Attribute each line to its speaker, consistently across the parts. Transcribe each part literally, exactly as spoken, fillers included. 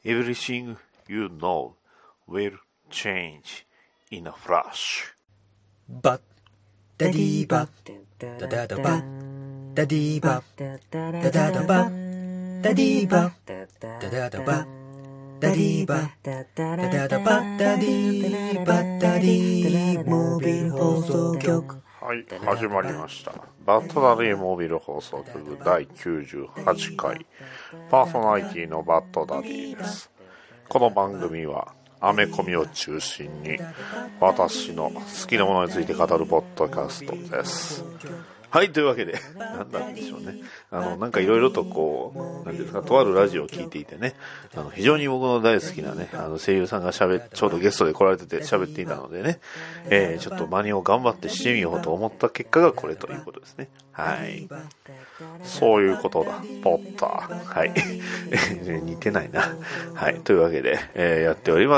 Speaker 1: Everything you know will change in a flash.
Speaker 2: バッダディーバッダダダバッダディーバッダダダバッダディーバッダダダバッダディーバッダダダバッダディーバッダディーモービル放送局。
Speaker 1: はい、始まりました。バッドダディモービル放送局だいきゅうじゅうはちかい、パーソナリティのバッドダディです。この番組はアメコミを中心に私の好きなものについて語るポッドキャストです。はい、というわけで何なんでしょうね、あのなんかいろいろとこう何ですか、とあるラジオを聞いていてね、あの非常に僕の大好きなね、あの声優さんがしゃべちょうどゲストで来られてて喋っていたのでね、えー、ちょっと真似を頑張ってしてみようと思った結果がこれということですね。はい、そういうことだ、ポッター。はい似てないな。はい、というわけで、えー、やっております。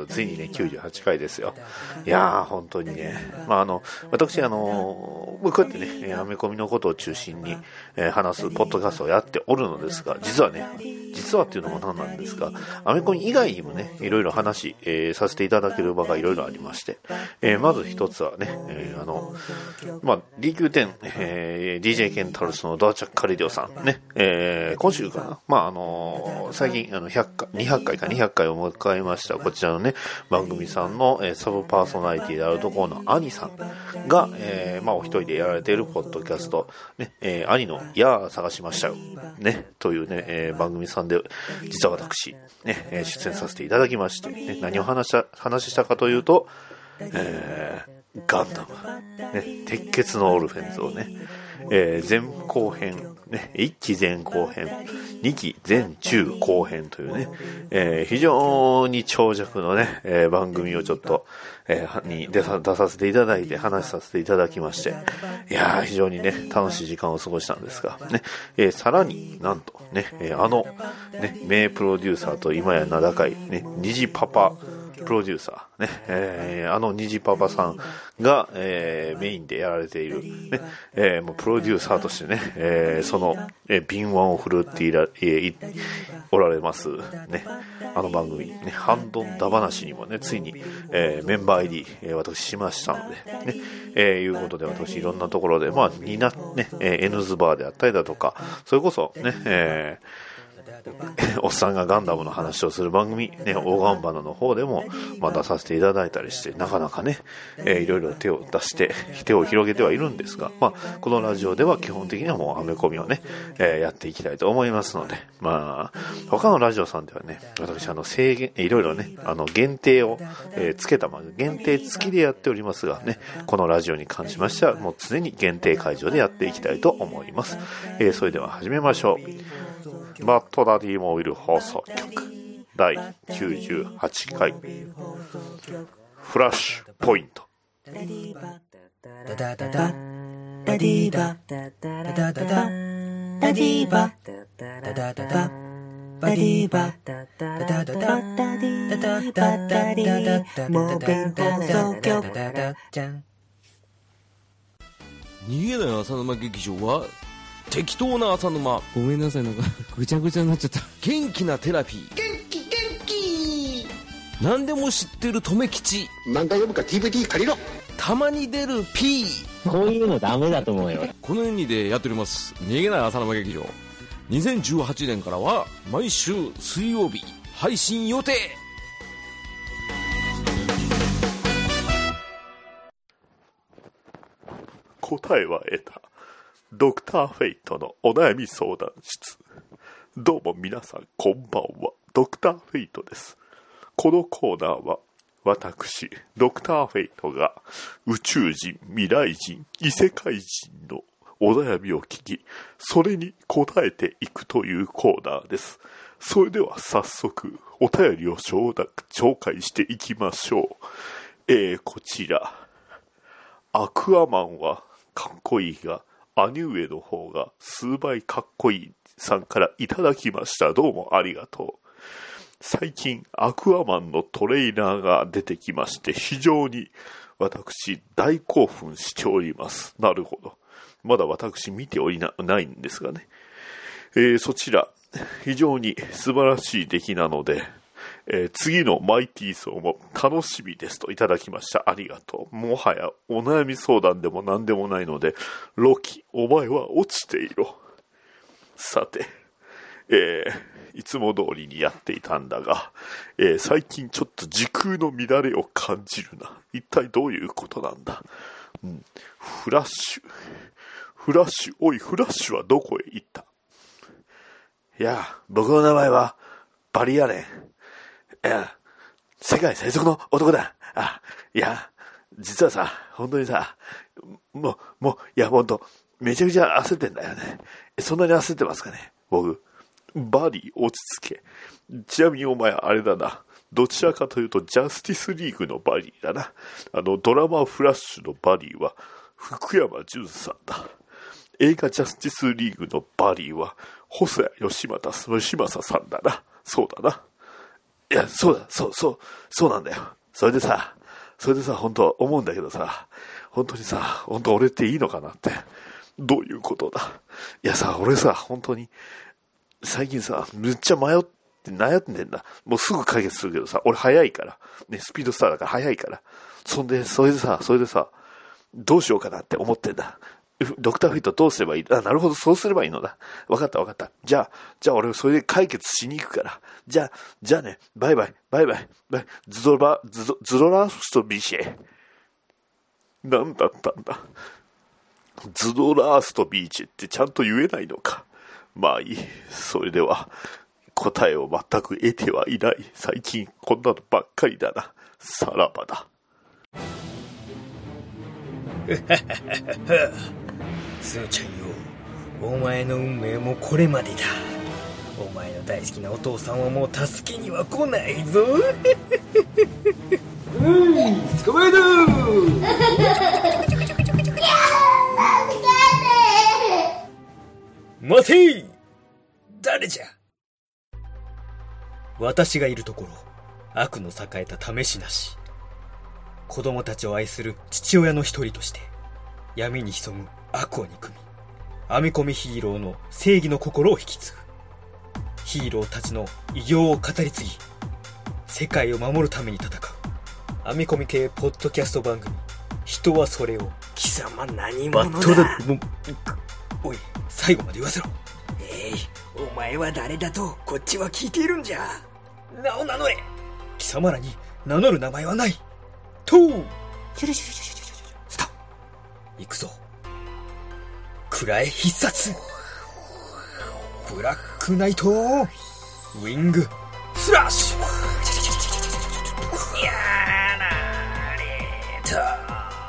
Speaker 1: ついにねきゅうじゅうはちかいですよ。いやー本当にね、まああの私あの僕こうやってねアメコミのことを中心に、えー、話すポッドキャストをやっておるのですが、実はね実はっていうのも何なんですが、アメコミ以外にもねいろいろ話、えー、させていただける場がいろいろありまして、えー、まず一つはね、えー、あのまあ ディーキューテン、えー、ディージェー ケンタルスのドアチャッカレディオさんね、えー、今週かな、まああの最近あのひゃっかいにひゃっかいかにひゃっかいを迎えましたこちらのね番組さんの、えー、サブパーソナリティであるところのアニさんが、えー、まあお一人でやられているポッドキャストね、えー、アニのやー探しましたよねというね、えー、番組さんで実は私ね、えー、出演させていただきまして、ね、何を話した話したかというと、えー、ガンダム、ね、鉄血のオルフェンズをね、えー、前後編、ね、いっき前後編、にき前中後編というね、えー、非常に長尺のね、えー、番組をちょっと、えー、に出さ、出させていただいて話させていただきまして、いやー非常にね楽しい時間を過ごしたんですがね、えー、さらになんとね、えー、あのね名プロデューサーと今や名高いね虹パパプロデューサーね、えー、あの虹パパさんが、えー、メインでやられているね、えー、もうプロデューサーとしてね、えー、その、えー、敏腕を振るっていら、えー、いおられますね、あの番組ね、ハンドンダ話にもねついに、えー、メンバー アイディー、えー、私しましたのでね、えー、いうことで私いろんなところでまあになね、えー、N ズバーであったりだとか、それこそね、えーおっさんがガンダムの話をする番組、ね、オーガンバナの方でも、まあ、出させていただいたりして、なかなかね、えー、いろいろ手を出して、手を広げてはいるんですが、まあ、このラジオでは基本的にはもうアメコミをね、えー、やっていきたいと思いますので、まあ、他のラジオさんではね、私、あの、制限、いろいろね、あの、限定を、えー、つけた、まあ、限定付きでやっておりますがね、このラジオに関しましては、もう常に限定会場でやっていきたいと思います。えー、それでは始めましょう。バッドダディモービル放送局だいきゅうじゅうはちかいフラッシュポイント。
Speaker 2: ダディバダダダダダディバダダダダダディバダダダダバディバダダダダダディバダダダダモービル放送局。
Speaker 3: 逃げない浅沼劇場は適当な浅沼。
Speaker 4: ごめんなさい、なんかぐちゃぐちゃになっちゃった。
Speaker 3: 元気なテラピー。
Speaker 5: 元気元気。
Speaker 3: 何でも知ってる留吉。
Speaker 5: 漫画読むか ディーブイディー 借りろ。
Speaker 3: たまに出る P。
Speaker 6: こういうのダメだと思うよ。
Speaker 3: このよにでやっております逃げない浅沼劇場、にせんじゅうはちねんからは毎週水曜日配信予定。
Speaker 1: 答えは得た。ドクターフェイトのお悩み相談室。どうも皆さんこんばんは、ドクターフェイトです。このコーナーは私ドクターフェイトが宇宙人、未来人、異世界人のお悩みを聞き、それに答えていくというコーナーです。それでは早速お便りを紹介していきましょう。えー、こちら、アクアマンはかっこいいが兄上の方が数倍かっこいいさんからいただきました。どうもありがとう。最近アクアマンのトレーナーが出てきまして、非常に私大興奮しております。なるほど。まだ私見ており な, ないんですがね、えー、そちら非常に素晴らしい出来なので、えー、次のマイティーソーも楽しみですといただきました。ありがとう。もはやお悩み相談でも何でもないので、ロキ、お前は落ちていろ。さて、えー、いつも通りにやっていたんだが、えー、最近ちょっと時空の乱れを感じるな。一体どういうことなんだ。うん、フラッシュ。フラッシュ、おい、フラッシュはどこへ行った？いや、僕の名前はバリアレン。いや、世界最速の男だ。あ、いや、実はさ、本当にさ、もう、もう、いや、本当めちゃくちゃ焦ってんだよね。そんなに焦ってますかね、僕。バディ落ち着け。ちなみにお前あれだな。どちらかというとジャスティスリーグのバディだな。あのドラマフラッシュのバディは福山潤さんだ。映画ジャスティスリーグのバディは細谷義正義正さんだな。そうだな。いや、そうだ、そう、そう、そうなんだよ。それでさ、それでさ、本当思うんだけどさ、本当にさ、本当俺っていいのかなって。どういうことだ。いやさ、俺さ、本当に、最近さ、めっちゃ迷って悩んでんだ。もうすぐ解決するけどさ、俺早いから。ね、スピードスターだから早いから。そんで、それでさ、それでさ、どうしようかなって思ってんだ。ドクターフィットどうすればいい？あ、なるほど、そうすればいいのだ。わかったわかった。じゃあ、じゃあ俺それで解決しに行くから。じゃあ、じゃあね、バイバイ、バイバイ、バイ、ズドラ、ズド、ズドラストビシェ。なんだったんだ。ズドラーストビーチってちゃんと言えないのか。まあいい。それでは、答えを全く得てはいない。最近こんなのばっかりだな。さらばだ。
Speaker 2: スーちゃんよ、お前の運命もこれまでだ。お前の大好きなお父さんはもう助けには来ないぞ。うん、捕まえろ。待て！誰じゃ？私がいるところ、悪の栄えた試しなし。子供たちを愛する父親の一人として、闇に潜む悪を憎み、編み込みヒーローの正義の心を引き継ぐ。ヒーローたちの偉業を語り継ぎ、世界を守るために戦う。編み込み系ポッドキャスト番組、人はそれを。貴様何者だ？バットだ。おい、最後まで言わせろ。えい、お前は誰だとこっちは聞いているんじゃ。名を名乗れ。貴様らに名乗る名前はない。とう。シュルシュルシュルシュルシュルスター。行くぞ。くらえ必殺。ブラックナイトウィングスラッシュ。やられた。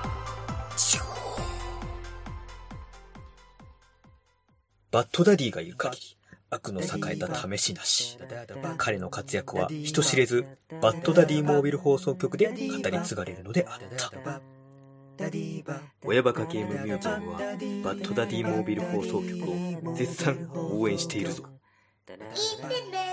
Speaker 2: バッドダディがいる限り悪の栄えた試しなし。彼の活躍は人知れずバッドダディモービル放送局で語り継がれるのであった。親バカゲームミュージアムはバッドダディモービル放送局を絶賛応援しているぞ。聞いてね。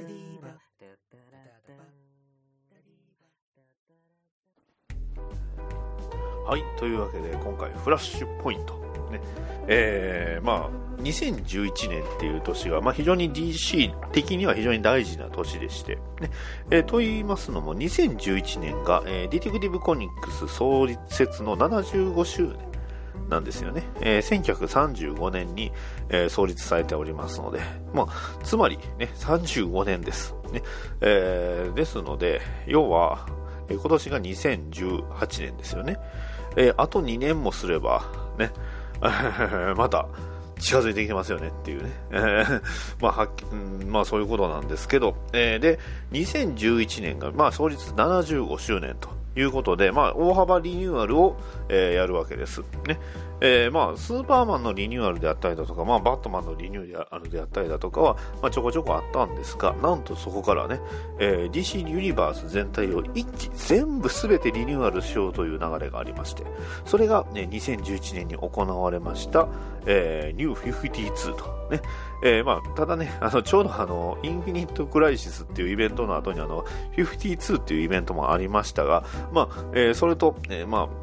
Speaker 1: はい、というわけで今回フラッシュポイントね、えー、まあにせんじゅういちねんっていう年が、まあ、非常に ディーシー 的には非常に大事な年でして、ねえー、と言いますのもにせんじゅういちねんが、えー、ディティクティブコニックス創設のななじゅうごしゅうねんなんですよね、えー、せんきゅうひゃくさんじゅうごねんに、えー、創立されておりますので、まあ、つまり、ね、さんじゅうごねんです、ねえー、ですので要は、えー、今年がにせんじゅうはちねんですよね、えー、あとにねんもすればねまた近づいてきてますよねっていうね、えーまあはっきうん、まあそういうことなんですけど、えー、でにせんじゅういちねんが、まあ、創立ななじゅうごしゅうねんということで、まあ、大幅リニューアルを、えー、やるわけですね。えーまあ、スーパーマンのリニューアルであったりだとか、まあ、バットマンのリニューアルであったりだとかは、まあ、ちょこちょこあったんですが、なんとそこからね、えー、ディーシー ユニバース全体を一気全部全てリニューアルしようという流れがありまして、それが、ね、にせんじゅういちねんに行われました、えー、ニューフィフティーツーとね、えー、まあ、ただね、あの、ちょうどあの、インフィニットクライシスっていうイベントの後にあの、フィフティーツーっていうイベントもありましたが、まあ、えー、それと、えー、まあ、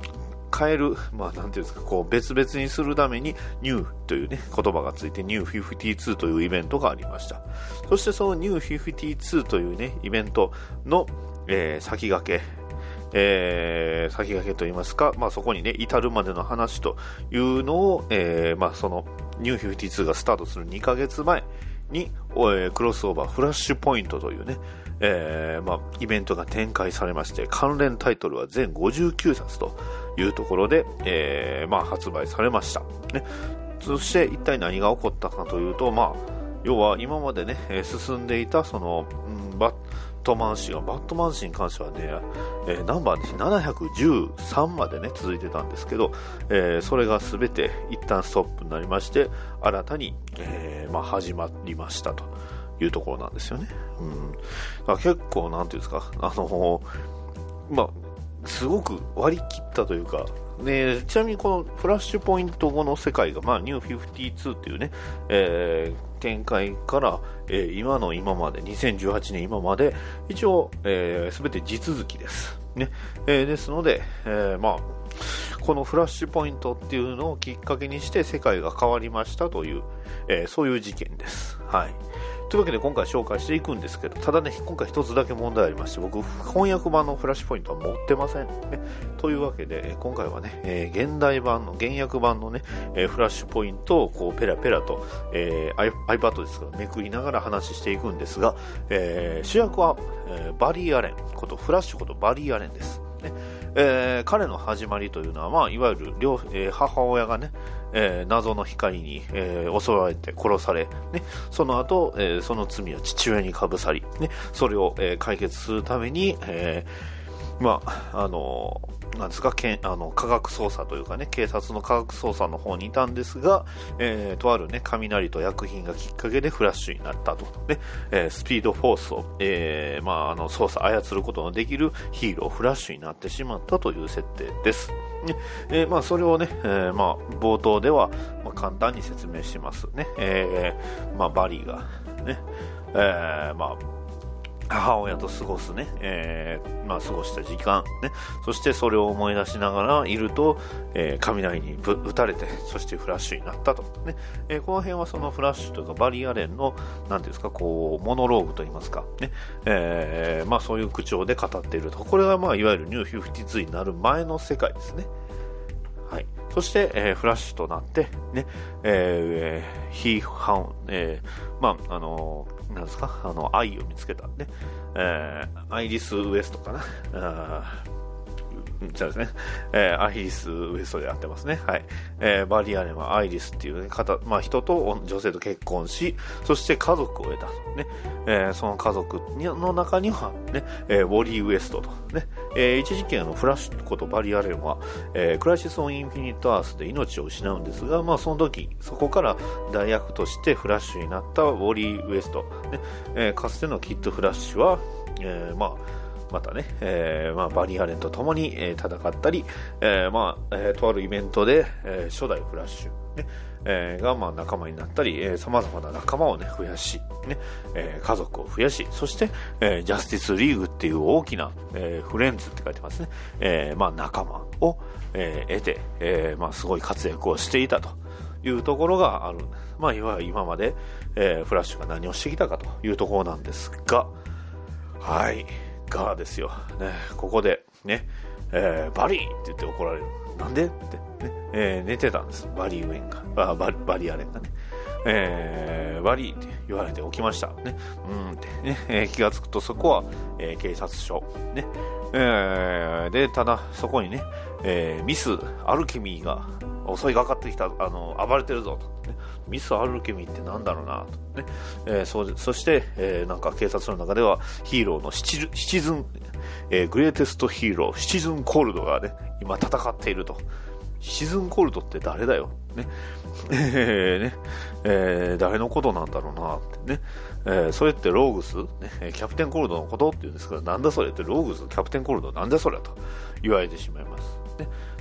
Speaker 1: 変える、まあ、なんていうんですか、こう別々にするためにニューというね言葉がついてニューフィフティーツーというイベントがありました。そしてそのニューフィフティーツーというねイベントの、えー、先駆けえー、先駆けといいますか、まあ、そこにね至るまでの話というのを、えーまあ、そのニューフィフティーツーがスタートするにかげつまえに、えー、クロスオーバーフラッシュポイントというね、えーまあ、イベントが展開されまして、関連タイトルは全ごじゅうきゅうさつというところで、えーまあ、発売されました、ね、そして一体何が起こったかというと、まあ、要は今までね進んでいたその、うん、バッバットマンシーン、バットマンシーンに関してはね、えー、ナンバーななひゃくじゅうさんまでね続いてたんですけど、えー、それがすべて一旦ストップになりまして、新たに、えーまあ、始まりましたというところなんですよね。うん、だから結構なんていうんですか、あのー、まあすごく割り切ったというか。でちなみにこのフラッシュポイント後の世界が、まあ、ニューフィフティーツーというね、えー、展開から、えー、今の今までにせんじゅうはちねん今まで一応、えー、全て地続きです、ねえー、ですので、えーまあ、このフラッシュポイントっていうのをきっかけにして世界が変わりましたという、えー、そういう事件です。はい。というわけで今回紹介していくんですけど、ただね今回一つだけ問題ありまして、僕翻訳版のフラッシュポイントは持ってません、ね、というわけで今回はね、えー、現代版の原訳版のね、えー、フラッシュポイントをこうペラペラと、えー、iPad ですからめくりながら話していくんですが、えー、主役は、えー、バリー・アレンことフラッシュことバリー・アレンです、ねえー、彼の始まりというのは、まあ、いわゆる両、えー、母親がね、えー、謎の光に、えー、襲われて殺され、ね、その後、えー、その罪は父親にかぶさり、ね、それを、えー、解決するために、えー、まあ、あのーなんですか、けあの科学捜査というかね、警察の科学捜査の方にいたんですが、えー、とあるね雷と薬品がきっかけでフラッシュになったと、ねえー、スピードフォースを、えーまあ、あの操作操ることのできるヒーローフラッシュになってしまったという設定です。ねえーまあ、それをね、えーまあ、冒頭では、まあ、簡単に説明しますね。えーまあ、バリーがね、えーまあ母親と過ごすね、えー、まあ過ごした時間、ね、そしてそれを思い出しながらいると、えー、雷にぶ撃たれて、そしてフラッシュになったと、ねえー、この辺はそのフラッシュというかバリー・アレンのなんていうんですか、こうモノローグといいますか、ねえー、まあそういう口調で語っていると。これがまあいわゆるニューフィフティーツーになる前の世界ですね。はい、そして、えー、フラッシュとなってね、えー、ヒーハウン、えー、まああのー、なんですか、あの愛を見つけたね、えー、アイリス・ウエストかな、あじゃあですね、えー、アイリス・ウエストでやってますね。はい。えー、バリー・アレンはアイリスっていう、ね、方、まあ人と女性と結婚し、そして家族を得たとね、えー、その家族の中にはね、えー、ウォリー・ウエストとね、えー、一時期あのフラッシュことバリー・アレンは、えー、クライシス・オン・インフィニット・アースで命を失うんですが、まあその時そこから代役としてフラッシュになったウォリー・ウエスト、ね、えー、かつてのキッド・フラッシュは、えー、まあまたね、えーまあ、バリー・アレンと共に、えー、戦ったり、えーまあえー、とあるイベントで、えー、初代フラッシュ、ねえー、が、まあ、仲間になったり、えー、様々な仲間を、ね、増やし、ねえー、家族を増やし、そして、えー、ジャスティスリーグっていう大きな、えー、フレンズって書いてますね、えーまあ、仲間を、えー、得て、えーまあ、すごい活躍をしていたというところがある、まあ、いわゆる今まで、えー、フラッシュが何をしてきたかというところなんですが、はいがですよ、ね、ここでね、えー、バリーって言って怒られる。なんでって、ねえー、寝てたんです。バリー・ウェンが、あバリ、バリー・アレンがね、えー、バリーって言われて起きました。ね、うんってね、えー、気がつくとそこは、えー、警察署。ね、えー、で、ただそこにね、えー、ミス・アルケミーが襲いかかってきた、あの、暴れてるぞと。ね、ミス・アルケミーってなんだろうなと。ね、えー、そ, そして、えー、なんか警察の中ではヒーローのシチシチズン、えー、グレーテストヒーロー、シチズン・コールドがね、今戦っていると。シチズン・コールドって誰だよ。ね。えー、ね、えー、誰のことなんだろうなってね。えー、それってローグス、ね、キャプテン・コールドのことって言うんですから、なんだそれってローグス、キャプテン・コールドなんだそれと言われてしまいます。ね、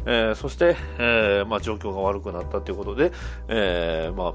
Speaker 1: えー、そして、えーまあ、状況が悪くなったということで、えーまあ、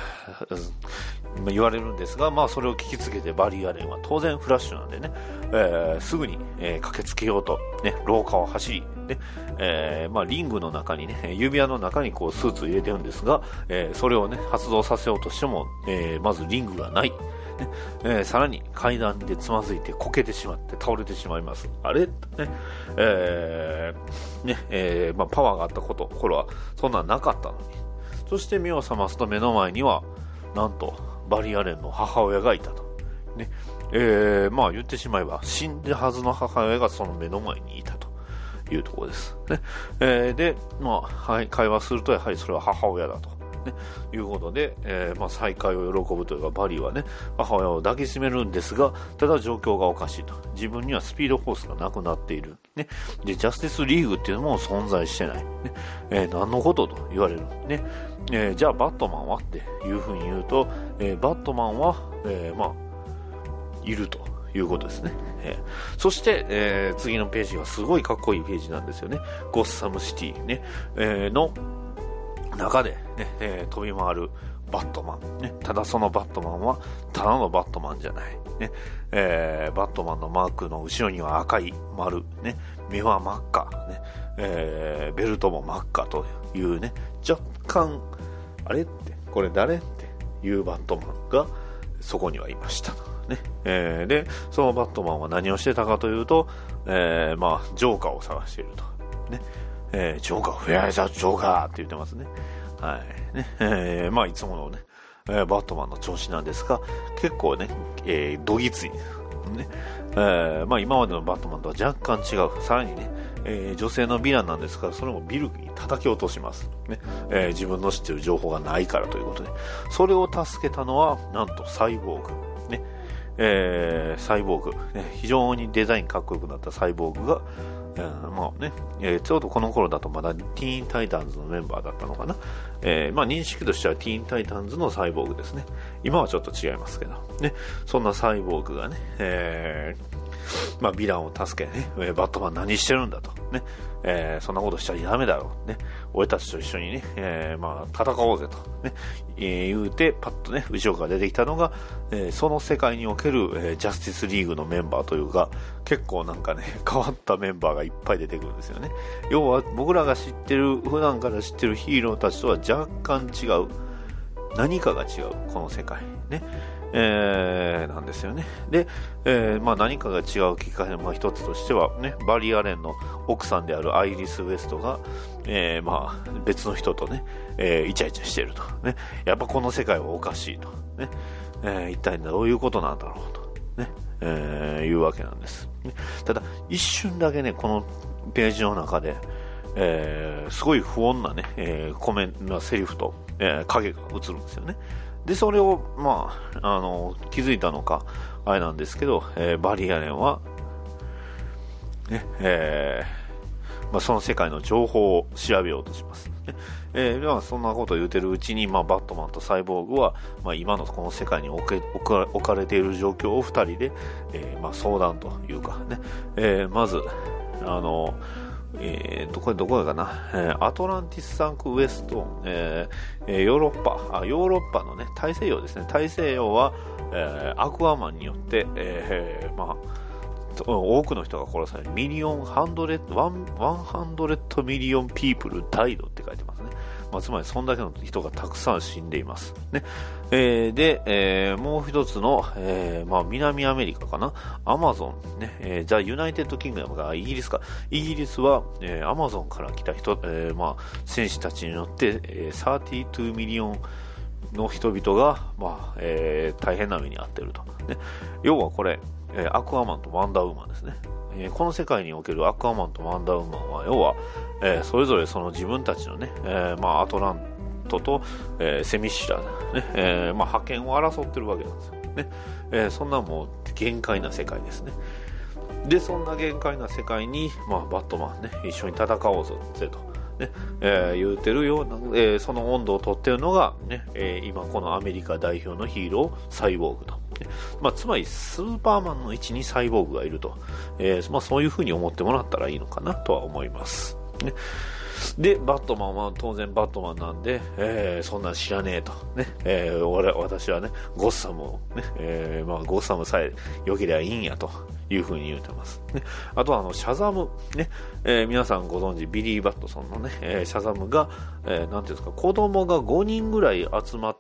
Speaker 1: 言われるんですが、まあ、それを聞きつけてバリー・アレンは当然フラッシュなんでね、えー、すぐに、えー、駆けつけようと、ね、廊下を走り、ねえーまあ、リングの中にね、指輪の中にこうスーツを入れてるんですが、えー、それをね発動させようとしても、えー、まずリングがない、ねえー、さらに階段でつまずいてこけてしまって倒れてしまいます。あれね、えーねえーまあ、パワーがあったこと頃はそんなんなかったのに、そして目を覚ますと目の前にはなんとバリー・アレンの母親がいたと、ねえー、まあ言ってしまえば死んだはずの母親がその目の前にいたというところです、ねえー、で、まあはい、会話するとやはりそれは母親だと、ね、いうことで、えーまあ、再会を喜ぶというか、バリーはね母親を抱きしめるんですが、ただ状況がおかしいと、自分にはスピードフォースがなくなっている、ね、でジャスティスリーグっていうのも存在してない、ねえー、何のことと言われる、ねえー、じゃあバットマンはっていうふうに言うと、えー、バットマンは、えー、まあいるということですね、えー、そして、えー、次のページがすごいかっこいいページなんですよね。ゴッサムシティ、ねえー、の中で、ねえー、飛び回るバットマン、ね、ただそのバットマンはただのバットマンじゃない、ねえー、バットマンのマークの後ろには赤い丸、ね、目は真っ赤、ねえー、ベルトも真っ赤というね、若干あれってこれ誰っていうバットマンがそこにはいましたと、ねえー、でそのバットマンは何をしてたかというと、えーまあ、ジョーカーを探していると、ねえー、ジョーカーフェアザジョーカーって言ってますね。はいねえー、まあいつものね、えー、バットマンの調子なんですが、結構ね、えー、どぎついね、えー、まあ今までのバットマンとは若干違う。さらにね、えー、女性のヴィランなんですが、それもビルに叩き落としますね、えー、自分の知っている情報がないからということで、それを助けたのはなんとサイボーグね、えー、サイボーグ、ね、非常にデザインかっこよくなったサイボーグが、えーまあねえー、ちょうどこの頃だとまだティーンタイタンズのメンバーだったのかな、えーまあ、認識としてはティーンタイタンズのサイボーグですね。今はちょっと違いますけど、ね、そんなサイボーグがね、えーまあ、ヴィランを助けね、バットマン何してるんだと、ねえー、そんなことしちゃダメだろう、ね、俺たちと一緒にね、えーまあ、戦おうぜと、ねえー、言うてパッとね後ろから出てきたのが、えー、その世界における、えー、ジャスティスリーグのメンバーというか、結構なんかね変わったメンバーがいっぱい出てくるんですよね。要は僕らが知ってる普段から知ってるヒーローたちとは若干違う、何かが違うこの世界ね、えー、なんですよね。で、えーまあ、何かが違うきっかけの、まあ、一つとしては、ね、バリー・アレンの奥さんであるアイリス・ウエストが、えーまあ、別の人とね、えー、イチャイチャしていると、ね、やっぱこの世界はおかしいと、ねえー、一体どういうことなんだろうと、ねえー、いうわけなんです、ね、ただ一瞬だけねこのページの中で、えー、すごい不穏なね、えー、コメント、セリフと、えー、影が映るんですよね。でそれを、まあ、あの気づいたのかあれなんですけど、えー、バリー・アレンは、ねえーまあ、その世界の情報を調べようとします、ねえーまあ、そんなことを言ってるうちに、まあ、バットマンとサイボーグは、まあ、今のこの世界に置け置か、置かれている状況をふたりで、えーまあ、相談というか、ねえー、まずあのえー、どこどこかな、えー、アトランティス山区ウエスト、えー、ヨーロッパあヨーロッパのね大西洋ですね。大西洋は、えー、アクアマンによって、えー、まあ多くの人が殺されミリオンハンドレッドワンワンハンドレッドミリオンピープルダイドって書いてますね。まあ、つまりそんだけの人がたくさん死んでいますね。えー、で、えー、もう一つの、えーまあ、南アメリカかな、アマゾンね、えー、じゃあユナイテッドキングダムがイギリスか、イギリスは、えー、アマゾンから来た人、えー、まあ戦士たちによって、えー、さんじゅうにミリオンの人々が、まあえー、大変な目に遭っていると、ね、要はこれ、えー、アクアマンとワンダーウーマンですね。えー、この世界におけるアクアマンとワンダーウーマンは要は、えー、それぞれその自分たちのね、えーまあ、アトラントと、えー、セミシラ、ねえーまあ、覇権を争ってるわけなんですよ、ねえー、そんなもう限界な世界ですね。でそんな限界な世界に、まあ、バットマンね一緒に戦おうぜと、ねえー、言うてるような、えー、その温度をとっているのが、ねえー、今このアメリカ代表のヒーローサイボーグと、まあ、つまりスーパーマンの位置にサイボーグがいると、えーまあ、そういう風に思ってもらったらいいのかなとは思います、ねでバットマンは当然バットマンなんで、えー、そんなん知らねえと、ねえー、俺私はねゴッサムを、ねえーまあ、ゴッサムさえ良ければいいんやという風に言ってます、ね、あとはあのシャザム、ねえー、皆さんご存知ビリー・バットソンのね、えー、シャザムが、えー、なんていうんですか、子供がごにんぐらい集まって、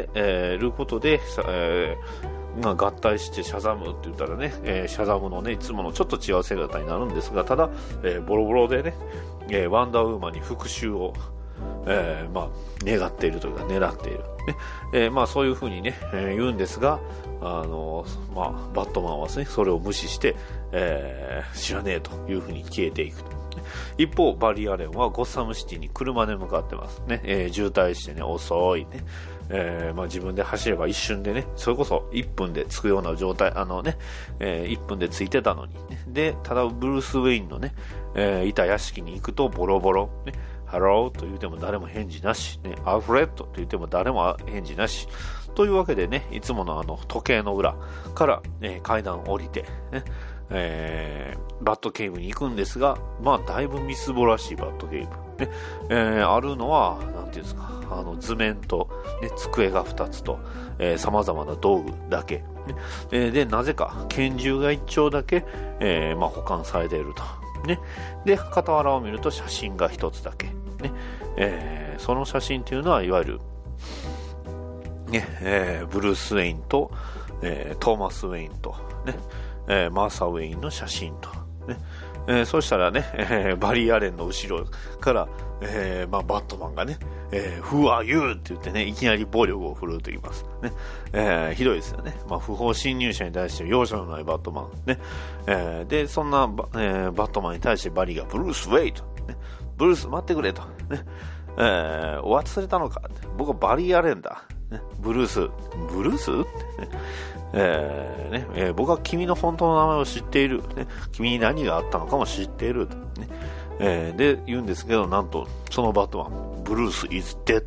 Speaker 1: えー、ることで、えーまあ、合体してシャザムって言ったらね、えー、シャザムのねいつものちょっと違う姿になるんですが、ただ、えー、ボロボロでね、えー、ワンダーウーマンに復讐を、えーまあ、願っているというか狙っている、ねえーまあ、そういう風にね、えー、言うんですが、あのーまあ、バットマンはですねそれを無視して、えー、知らねえという風に消えていくと。一方バリー・アレンはゴッサムシティに車で向かってますね、えー、渋滞してね遅いね、えーまあ、自分で走れば一瞬でねそれこそいっぷんで着くような状態、あのね、えー、いっぷんで着いてたのに、ね、でただブルース・ウェインのね、えー、いた屋敷に行くとボロボロ、ね、ハローと言っても誰も返事なし、ね、アルフレッドと言っても誰も返事なしというわけでね、いつものあの時計の裏から、ね、階段を降りて、ねえー、バットケーブに行くんですが、まあだいぶみすぼらしいバットケーブ、ねえー、あるのはなんていうんですか、あの図面と、ね、机がふたつとさまざまな道具だけ、ねえー、でなぜか拳銃がいっ丁だけ、えーまあ、保管されていると、ね、で傍らを見ると写真がひとつだけ、ねえー、その写真というのはいわゆる、ねえー、ブルース・ウェインと、えー、トーマス・ウェインと、ねえー、マーサー・ウェインの写真と、ねえー、そうしたらね、えー、バリー・アレンの後ろから、えーまあ、バットマンがね、えー、Who are you? って言ってね、いきなり暴力を振るうと言います、ねえー、ひどいですよね、まあ、不法侵入者に対して容赦のないバットマン、ねえー、でそんなバ、えー、バットマンに対してバリーがブルース・ウェイト、ね、ブルース待ってくれと、ねえー、忘れたのか、僕はバリー・アレンだ、ね、ブルースブルースってねえーねえー、僕は君の本当の名前を知っている、ね、君に何があったのかも知っている、ねえー、で言うんですけど、なんとそのバットマンブルース is dead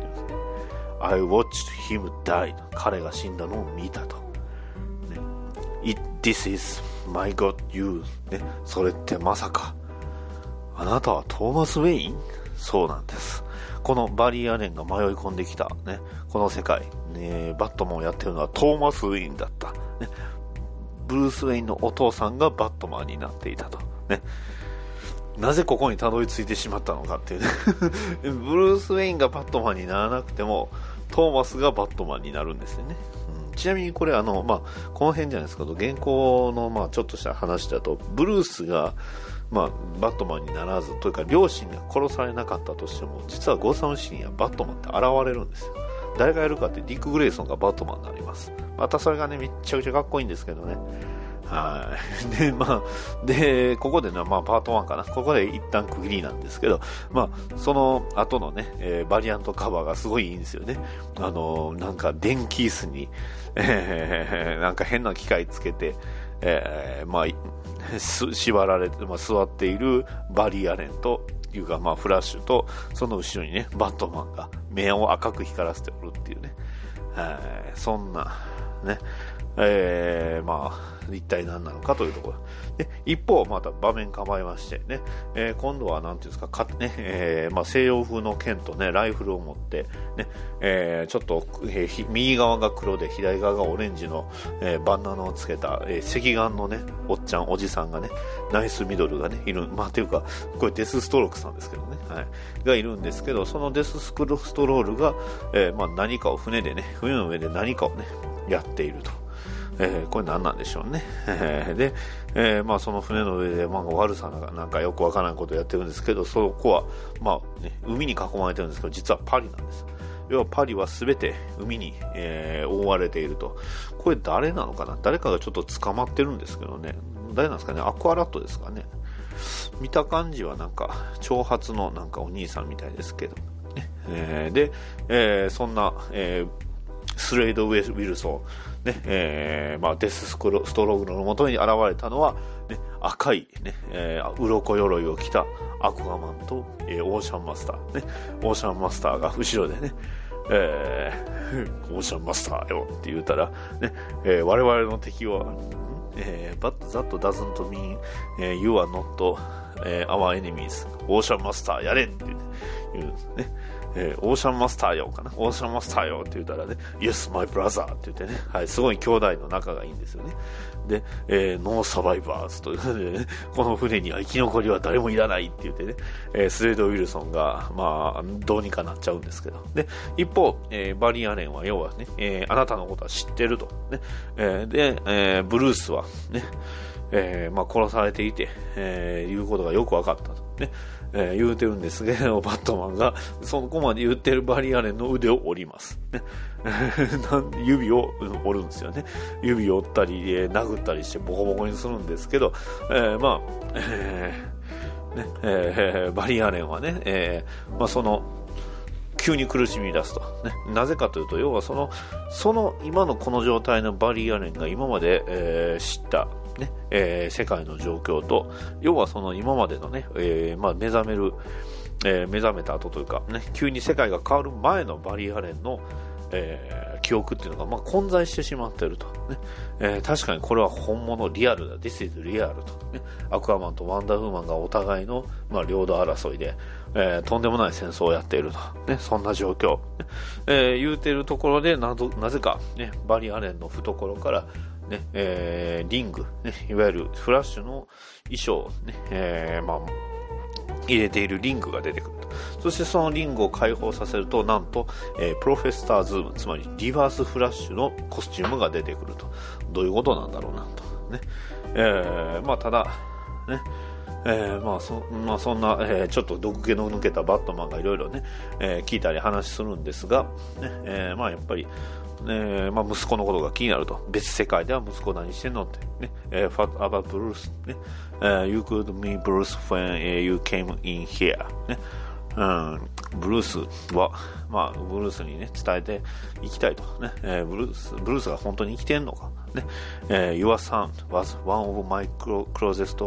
Speaker 1: I watched him die 彼が死んだのを見たと、ね、It, This is my God you、ね、それってまさかあなたはトーマス・ウェイン？そうなんです。このバリー・アレンが迷い込んできた、ね、この世界、ね、バットマンをやってるのはトーマス・ウェインだった、ね、ブルース・ウェインのお父さんがバットマンになっていたと、ね、なぜここにたどり着いてしまったのかっていうねブルース・ウェインがバットマンにならなくてもトーマスがバットマンになるんですよね、うん、ちなみにこれあの、まあ、この辺じゃないですか、原稿の、まあ、ちょっとした話だとブルースがまあ、バットマンにならずというか両親が殺されなかったとしても、実はゴーサムシティにはバットマンって現れるんですよ。誰がやるかってディック・グレイソンがバットマンになります。またそれがねめっちゃくちゃかっこいいんですけどね。はいでまあでここでね、まあ、パートワンかな、ここで一旦区切りなんですけど、まあその後のね、えー、バリアントカバーがすごいいいんですよね。あのー、なんか電気椅子に、えー、なんか変な機械つけて、えー、まあ縛られて、まあ、座っているバリー・アレンというか、まあ、フラッシュとその後ろにねバットマンが目を赤く光らせておるっていうね、えー、そんなね、えー、まあ一体何なのかというところで、一方また場面構えましてね、えー、今度はなんていうんですか、かねえーまあ、西洋風の剣とねライフルを持ってね、えー、ちょっと、えー、右側が黒で左側がオレンジの、えー、バンダナをつけた、えー、赤眼のねおっちゃんおじさんがねナイスミドルがねいる、まあというかこれデスストロークさんですけどね、はい、がいるんですけど、そのデススクロストロールが、えーまあ、何かを船でね船の上で何かをねやっていると。えー、これ何なんでしょうね。で、えーまあ、その船の上で、まあ、悪さなんかよくわからないことをやってるんですけど、そこは、まあね、海に囲まれてるんですけど、実はパリなんです。要はパリは全て海に、えー、覆われていると。これ誰なのかな、誰かがちょっと捕まってるんですけどね、誰なんですかね、アクアラットですかね。見た感じはなんか長髪のなんかお兄さんみたいですけど、ねえー、で、えー、そんな、えー、スレイド・ウィルソン、ねえーまあ、デスストロールのもとに現れたのは、ね、赤い、ねえー、鱗鎧を着たアクアマンと、えー、オーシャンマスター、ね、オーシャンマスターが後ろでね、えー、オーシャンマスターよって言ったら、ねえー、我々の敵はえー、but that doesn't mean、えー、you are not、えー、our enemies オーシャンマスターやれって言うんですね。えー、オーシャンマスターよかなオーシャンマスターよって言ったらね Yes my brother って言ってね、はい、すごい兄弟の仲がいいんですよね。で、えー、ノーサバイバーズということでね、この船には生き残りは誰もいらないって言ってね、えー、スレード・ウィルソンがまあどうにかなっちゃうんですけど、で一方、えー、バリー・アレンは要はね、えー、あなたのことは知ってるとね、えー、で、えー、ブルースはね、えー、まあ殺されていて、えー、いうことがよく分かったとね、えー、言うてるんですけど、バットマンがそこまで言ってるバリー・アレンの腕を折ります、ね、指を折るんですよね。指を折ったり、えー、殴ったりしてボコボコにするんですけど、えー、まあ、えーねえー、バリー・アレンはね、えーまあ、その急に苦しみ出すと、ね、なぜかというと、要はそのその今のこの状態のバリー・アレンが今まで、えー、知ったねえー、世界の状況と、要はその今までのね、えーまあ、目覚める、えー、目覚めた後というか、ね、急に世界が変わる前のバリー・アレンの、えー、記憶っていうのが、まあ、混在してしまっていると、ねえー、確かにこれは本物リアルだ This is real と、ね、アクアマンとワンダーウーマンがお互いの、まあ、領土争いで、えー、とんでもない戦争をやっていると、ね、そんな状況、ねえー、言うているところで な, どなぜか、ね、バリー・アレンの懐からねえー、リング、ね、いわゆるフラッシュの衣装を、ねえーまあ、入れているリングが出てくると。そしてそのリングを解放させると、なんと、えー、プロフェッサーズーム、つまりリバースフラッシュのコスチュームが出てくると。どういうことなんだろうなと、ねえーまあ、ただ、ねえーまあそまあ、そんな、えー、ちょっと毒気の抜けたバットマンがいろいろね、えー、聞いたり話するんですが、ねえーまあ、やっぱりえーまあ、息子のことが気になると。別世界では息子何してんのって、ねえー、What about Bruce、ねえー、You could meet Bruce when、uh, you came in here、ねうん、ブルースは、まあ、ブルースに、ね、伝えていきたいと、ねえー、ブルースブルースが本当に生きてんのか、ねえー、Your son was one of my closest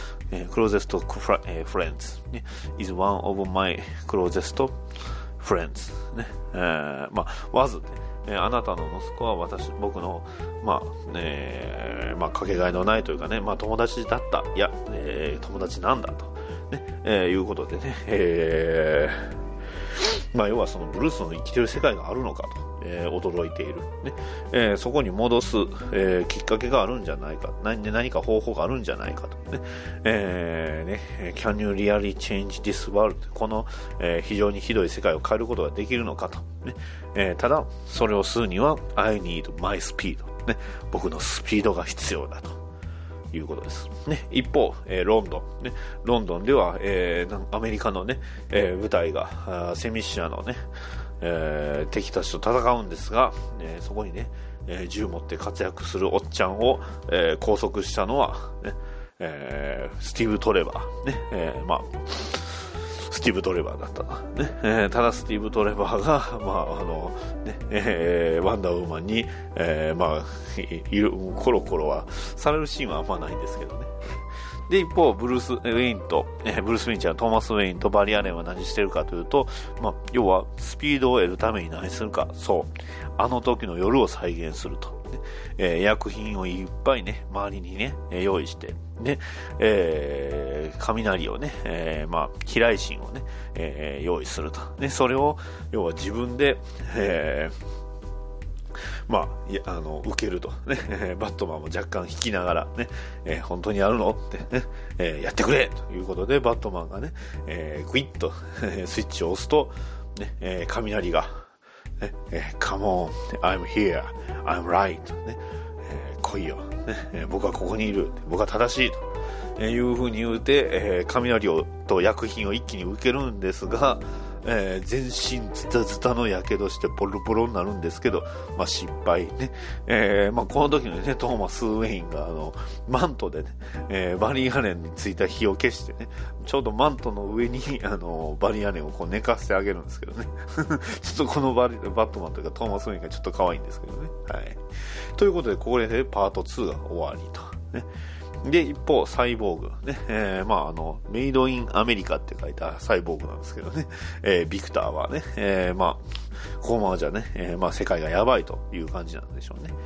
Speaker 1: closest friends、ね、is one of my closest friends、ねえーまあ、was ねえー、あなたの息子は私僕の、まあえーまあ、かけがえのないというかね、まあ、友達だった、いや、えー、友達なんだと、ねえー、いうことでね、えーまあ、要はそのブルースの生きてる世界があるのかと、えー、驚いている、ねえー、そこに戻す、えー、きっかけがあるんじゃないか、何, 何か方法があるんじゃないかと、ねえーね、Can you really change this world この、えー、非常にひどい世界を変えることができるのかと、ねえー、ただそれをするには I need my speed、ね、僕のスピードが必要だということです、ね、一方、えー、ロンドン、ね、ロンドンでは、えー、アメリカの、ねえー、部隊がセミシアの、ねえー、敵たちと戦うんですが、えー、そこにね、えー、銃持って活躍するおっちゃんを、えー、拘束したのは、ねえー、スティーブ・トレバー、ねえーまあ、スティーブ・トレバーだったな、ねえー、ただスティーブ・トレバーが、まああのねえー、ワンダーウーマンに、えーまあ、いるコロコロはされるシーンはあんまないんですけどね。で一方ブルース・ウェインと、えー、ブルース・ウェインちゃんトーマス・ウェインとバリー・アレンは何してるかというと、まあ、要はスピードを得るために何するか、そうあの時の夜を再現すると、ねえー、薬品をいっぱいね周りにね用意してで、えー、雷をね、えー、まあ飛来神をね、えー、用意すると、ね、それを要は自分で、えーまあ、いやあの受けると、ね、バットマンも若干引きながら、ねえー、本当にやるのって、ねえー、やってくれということでバットマンがね、えー、グイッとスイッチを押すと、ねえー、雷が、ねえー、Come on, I'm here, I'm right、ねえー、来いよ、ね、僕はここにいる、僕は正しいというふうに言うて、えー、雷をと薬品を一気に受けるんですが、えー、全身ズタズタのやけどしてボロボロになるんですけど、まあ、失敗ね、えーまあ、この時のねトーマス・ウェインがあのマントでね、えー、バリー・アレンについた火を消してねちょうどマントの上にあのバリー・アレンをこう寝かせてあげるんですけどねちょっとこのバリバットマンというかトーマス・ウェインがちょっと可愛いんですけどね、はい、ということでここで、ね、パートツーが終わりとね。で一方サイボーグ、ねえーまあ、あのメイドインアメリカって書いたサイボーグなんですけどね、えー、ビクターはね、えーまあ、このままじゃね、えーまあ、世界がやばいという感じなんでしょうね。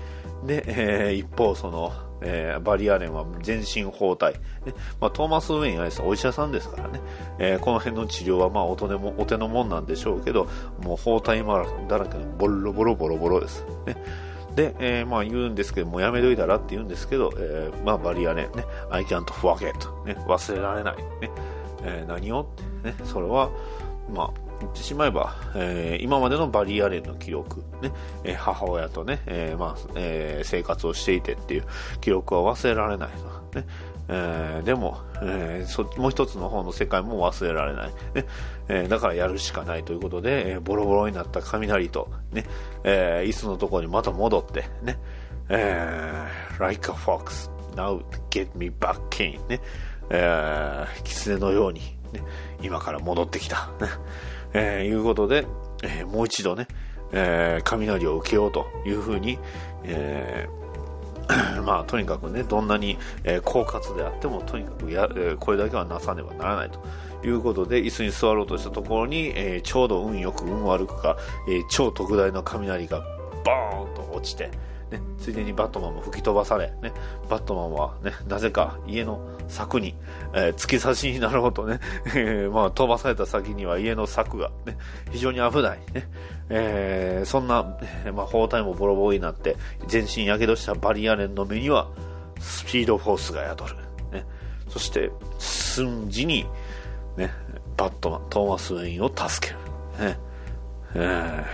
Speaker 1: で、えー、一方その、えー、バリー・アレンは全身包帯、ねまあ、トーマス・ウェインはお医者さんですからね、えー、この辺の治療はまあお手のもお手のもんなんでしょうけど、もう包帯だらけのボロボロボロボロです、ね、で、えー、まあ言うんですけどもうやめといたらって言うんですけど、えー、まあバリー・アレンね I can't forget、ね、忘れられない、ねえー、何をって、ね、それはまあ言ってしまえば、えー、今までのバリー・アレンの記録、ねえー、母親とね、えーまあえー、生活をしていてっていう記録は忘れられないと、ねえー、でも、えー、そもう一つの方の世界も忘れられない、ねえー、だからやるしかないということで、えー、ボロボロになった雷と、ねえー、椅子のところにまた戻って、ねえー、Like a fox now get me back in、ねえー、狐のように、ね、今から戻ってきた、ねえー、いうことで、えー、もう一度ね、えー、雷を受けようというふうに、えー、まあとにかくねどんなに、えー、狡猾であってもとにかくや、えー、これだけはなさねばならないということで椅子に座ろうとしたところに、えー、ちょうど運よく運悪くか、えー、超特大の雷がボーンと落ちて、ね、ついでにバットマンも吹き飛ばされ、ね、バットマンは、ね、なぜか家の柵に、えー、突き刺しになろうとね、えーまあ、飛ばされた先には家の柵が、ね、非常に危ない、ねえー、そんな、えーまあ、包帯もボロボロになって全身やけどしたバリー・アレンの目にはスピードフォースが宿る、ね、そして瞬時に、ね、バットマントーマス・ウェインを助ける、ねえー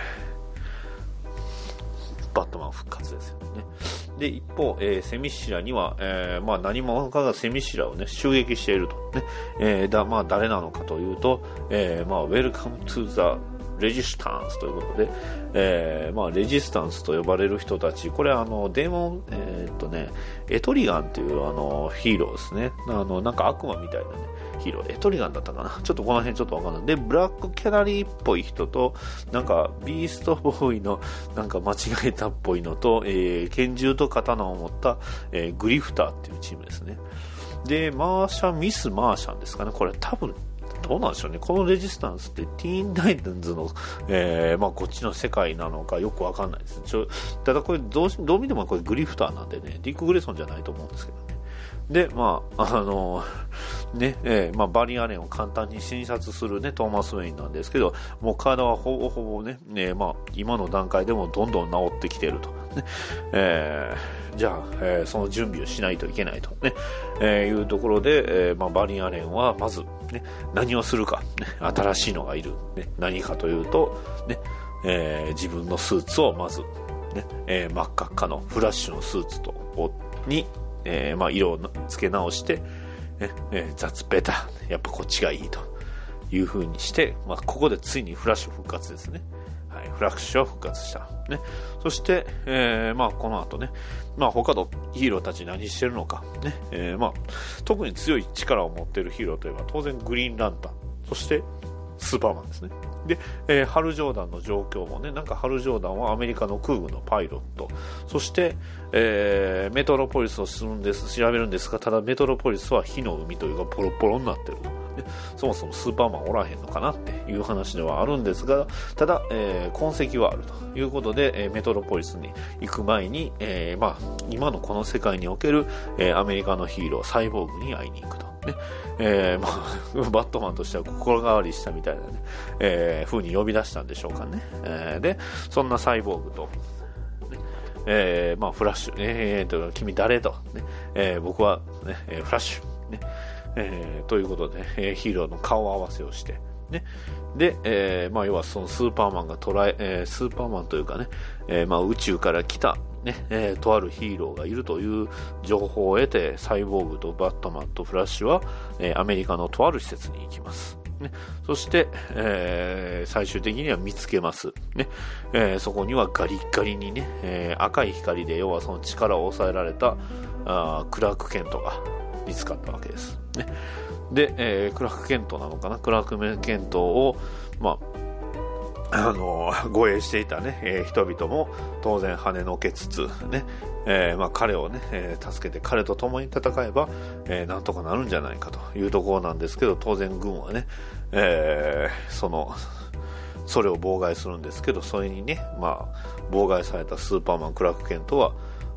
Speaker 1: バットマン復活ですよね。で一方、えー、セミシラには、えーまあ、何者かがセミシラを、ね、襲撃していると、ねえーだまあ、誰なのかというと、えーまあ、Welcome to the Resistance ということで、えーまあ、レジスタンスと呼ばれる人たち、これはあのデーモン、えーっとね、エトリガンというあのヒーローですね。あのなんか悪魔みたいなねヒーロー、エトリガンだったかな、ちょっとこの辺ちょっとわかんない。でブラックキャナリーっぽい人となんかビーストボーイのなんか間違えたっぽいのと、えー、拳銃と刀を持った、えー、グリフターっていうチームですね。でマーシャミスマーシャンですかね、これ多分どうなんでしょうね。このレジスタンスってティーンダイタンズの、えーまあ、こっちの世界なのかよくわかんないです。ちょただこれどうどう見てもこれグリフターなんでね、ディック・グレソンじゃないと思うんですけどね。でまああのー、ねえーまあ、バリー・アレンを簡単に診察する、ね、トーマス・ウェインなんですけど、もう体はほぼほぼね、ねまあ、今の段階でもどんどん治ってきていると、ねえー、じゃあ、えー、その準備をしないといけないと、ねえー、いうところで、えーまあ、バリー・アレンはまず、ね、何をするか、ね、新しいのがいる、ね、何かというと、ねえー、自分のスーツをまず、ねえー、真っ赤っかのフラッシュのスーツとにえーまあ、色をつけ直して、ねえー、雑ベタやっぱこっちがいいという風にして、まあ、ここでついにフラッシュ復活ですね、はい、フラッシュは復活した、ね、そして、えーまあ、この後ね、まあ、他のヒーローたち何してるのか、ねえーまあ、特に強い力を持っているヒーローといえば当然グリーンランタン、そしてスーパーマンですね。で、えー、ハル・ジョーダンの状況もね、なんかハル・ジョーダンはアメリカの空軍のパイロット、そして、えー、メトロポリスをするんです、調べるんですが、ただメトロポリスは火の海というかポロポロになってる、ね、そもそもスーパーマンおらへんのかなっていう話ではあるんですが、ただ、えー、痕跡はあるということで、えー、メトロポリスに行く前に、えーまあ、今のこの世界における、えー、アメリカのヒーローサイボーグに会いに行くと、ねえーまあ、バットマンとしては心変わりしたみたいなね、えー、風に呼び出したんでしょうかね、えー、でそんなサイボーグと、ねえーまあ、フラッシュ、えー、と君誰と、ねえー、僕は、ね、フラッシュ、ねえー、ということで、えー、ヒーローの顔合わせをしてね、で、えーまあ、要はそのスーパーマンが捉え、えー、スーパーマンというかね、えーまあ、宇宙から来た、ねえー、とあるヒーローがいるという情報を得て、サイボーグとバットマンとフラッシュは、えー、アメリカのとある施設に行きます。ね、そして、えー、最終的には見つけます、ねえー、そこにはガリッガリにね、えー、赤い光で要はその力を抑えられたあクラーク・ケントが見つかったわけです、ね、で、えー、クラーク・ケントなのかな、クラーク・ケントを、まあ、あの護衛していた、ねえー、人々も当然跳ねのけつつ、ねえーまあ、彼を、ねえー、助けて彼と共に戦えば、えー、なんとかなるんじゃないかというところなんですけど、当然軍はね、えー、そのそれを妨害するんですけど、それにね、まあ、妨害されたスーパーマンクラーク・ケントは、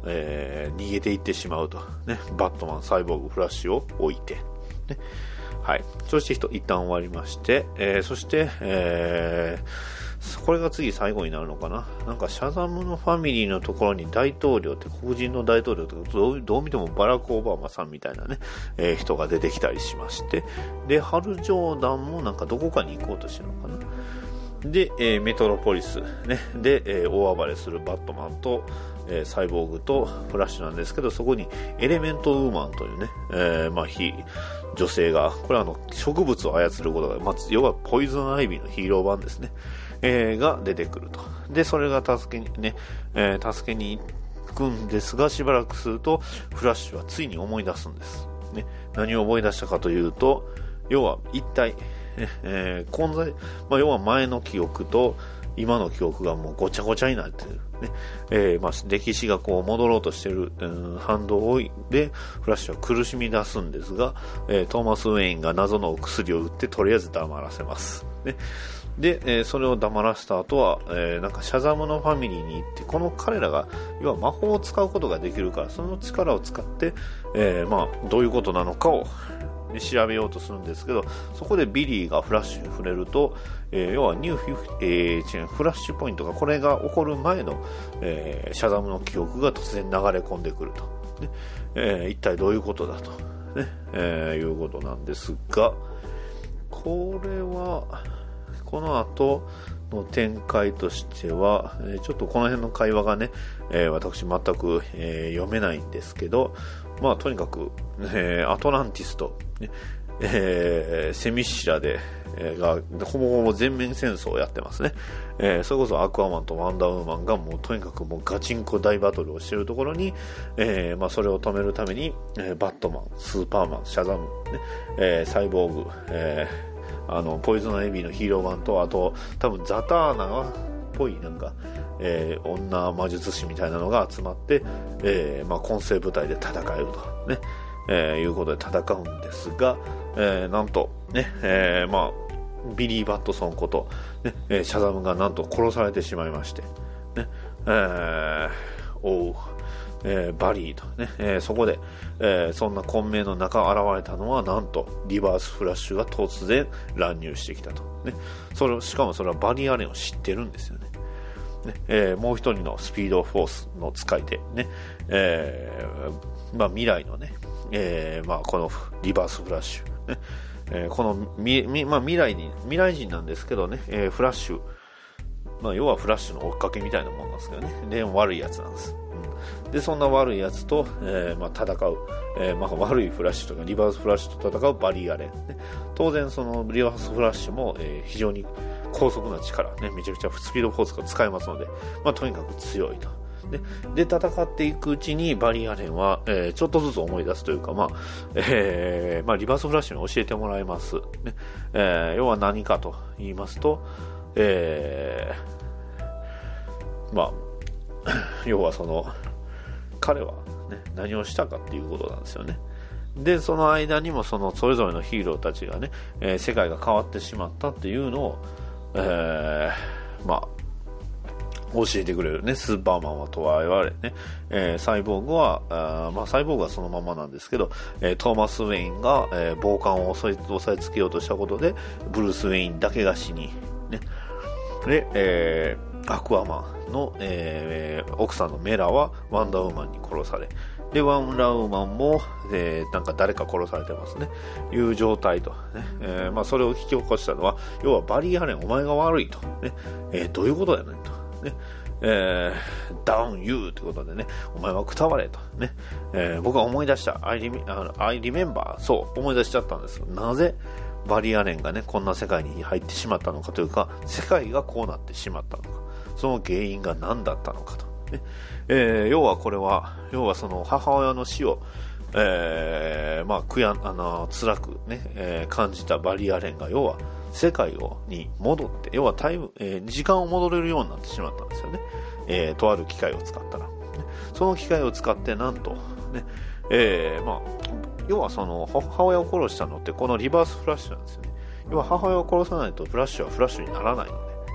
Speaker 1: えー、逃げていってしまうと、ね、バットマン、サイボーグ、フラッシュを置いて、ね、はい、そして一旦終わりまして、えー、そして、えー、これが次最後になるのかな。なんかシャザムのファミリーのところに大統領って黒人の大統領ってどう、どう見てもバラク・オバマさんみたいなね、えー、人が出てきたりしまして、でハル・ジョーダンもなんかどこかに行こうとしてるのかな。で、えー、メトロポリス、ね、で、えー、大暴れするバットマンと、えー、サイボーグとフラッシュなんですけど、そこにエレメントウーマンというね、えーまあ、女性が、これはあの植物を操ることが、まあ、要はポイズンアイビーのヒーロー版ですね、えー、が出てくると。でそれが助けにね、えー、助けに行くんですが、しばらくするとフラッシュはついに思い出すんです、ね、何を思い出したかというと、要は一体、えー、混在、まあ、要は前の記憶と今の記憶がもうごちゃごちゃになっている、ね、えーまあ、歴史がこう戻ろうとしている、うん、反動でフラッシュは苦しみ出すんですが、えー、トーマス・ウェインが謎のお薬を打ってとりあえず黙らせます、ね、で、えー、それを黙らせた後は、えー、なんかシャザムのファミリーに行って、この彼らが要は魔法を使うことができるから、その力を使って、えーまあ、どういうことなのかを調べようとするんですけど、そこでビリーがフラッシュに触れると、えー、要はニューフィフ、えー、フラッシュポイントが、これが起こる前の、えー、シャザムの記憶が突然流れ込んでくると、ね、えー、一体どういうことだと、ね、えー、いうことなんですが、これはこの後の展開としては、えー、ちょっとこの辺の会話がね、えー、私全く、えー、読めないんですけど、まあとにかく、えー、アトランティスと、ね、えー、セミシラで、えー、がほぼほぼ全面戦争をやってますね、えー、それこそアクアマンとワンダーウーマンがもうとにかくもうガチンコ大バトルをしているところに、えーまあ、それを止めるために、えー、バットマン、スーパーマン、シャザム、ね、えー、サイボーグ、えー、あのポイズンアイビーのヒーロー版と、あと多分ザターナっぽいなんか、えー、女魔術師みたいなのが集まって、えーまあ、混成部隊で戦えると、ね、えー、いうことで戦うんですが、えー、なんとね、えー、まあビリー・バットソンこと、ね、えー、シャザムがなんと殺されてしまいまして、ね、えー、おう、えー、バリーとね、えー、そこで、えー、そんな混迷の中現れたのは、なんとリバースフラッシュが突然乱入してきたと、ね、それしかもそれはバリー・アレンを知ってるんですよね。ね、えー、もう一人のスピードフォースの使い手、ね、えーまあ、未来のね、えーまあ、このリバースフラッシュ、ね、えー、このみみ、まあ、未来に未来人なんですけどね、えー、フラッシュ、まあ、要はフラッシュの追っかけみたいなもんなんですけどね、で悪いやつなんです、うん、でそんな悪いやつと、えーまあ、戦う、えーまあ、悪いフラッシュとかリバースフラッシュと戦うバリー・アレン、ね、当然そのリバースフラッシュも、えー、非常に高速な力、ね、めちゃくちゃスピードフォースが使えますので、まあ、とにかく強いと。で, で戦っていくうちにバリー・アレンは、えー、ちょっとずつ思い出すというか、まあえーまあ、リバースフラッシュに教えてもらいます、ね、えー、要は何かと言いますと、えー、まあ要はその彼は、ね、何をしたかっていうことなんですよね。でその間にもそのそれぞれのヒーローたちがね、えー、世界が変わってしまったっていうのを、えー、まあ教えてくれるね。スーパーマンはとは言われね、えー、サイボーグはあ、まあ、サイボーグはそのままなんですけど、えー、トーマス・ウェインが、えー、暴漢を押さえ、押さえつけようとしたことでブルース・ウェインだけが死に、ね、で、えー、アクアマンの、えー、奥さんのメラはワンダーウーマンに殺され、でワンダーウーマンも、えー、なんか誰か殺されてますね、いう状態と、ね、えーまあ、それを引き起こしたのは、要はバリー・アレンお前が悪いと、ね、えー、どういうことやねんと、ね、えー、ダウンユーということでね、お前はくたばれと、ね、えー、僕は思い出した、アイリメンバー、そう思い出しちゃったんです。なぜバリー・アレンがねこんな世界に入ってしまったのかというか、世界がこうなってしまったのか、その原因が何だったのかと、ね、えー、要はこれは要はその母親の死を、えー、まあ悔やあの辛くね、えー、感じたバリー・アレンが要は世界をに戻って、要はタイム、えー、時間を戻れるようになってしまったんですよね、えー、とある機械を使ったら、ね、その機械を使ってなんと、ね、えー、まあ要はその母親を殺したのってこのリバースフラッシュなんですよね。要は母親を殺さないとフラッシュはフラッシュにならないので、ね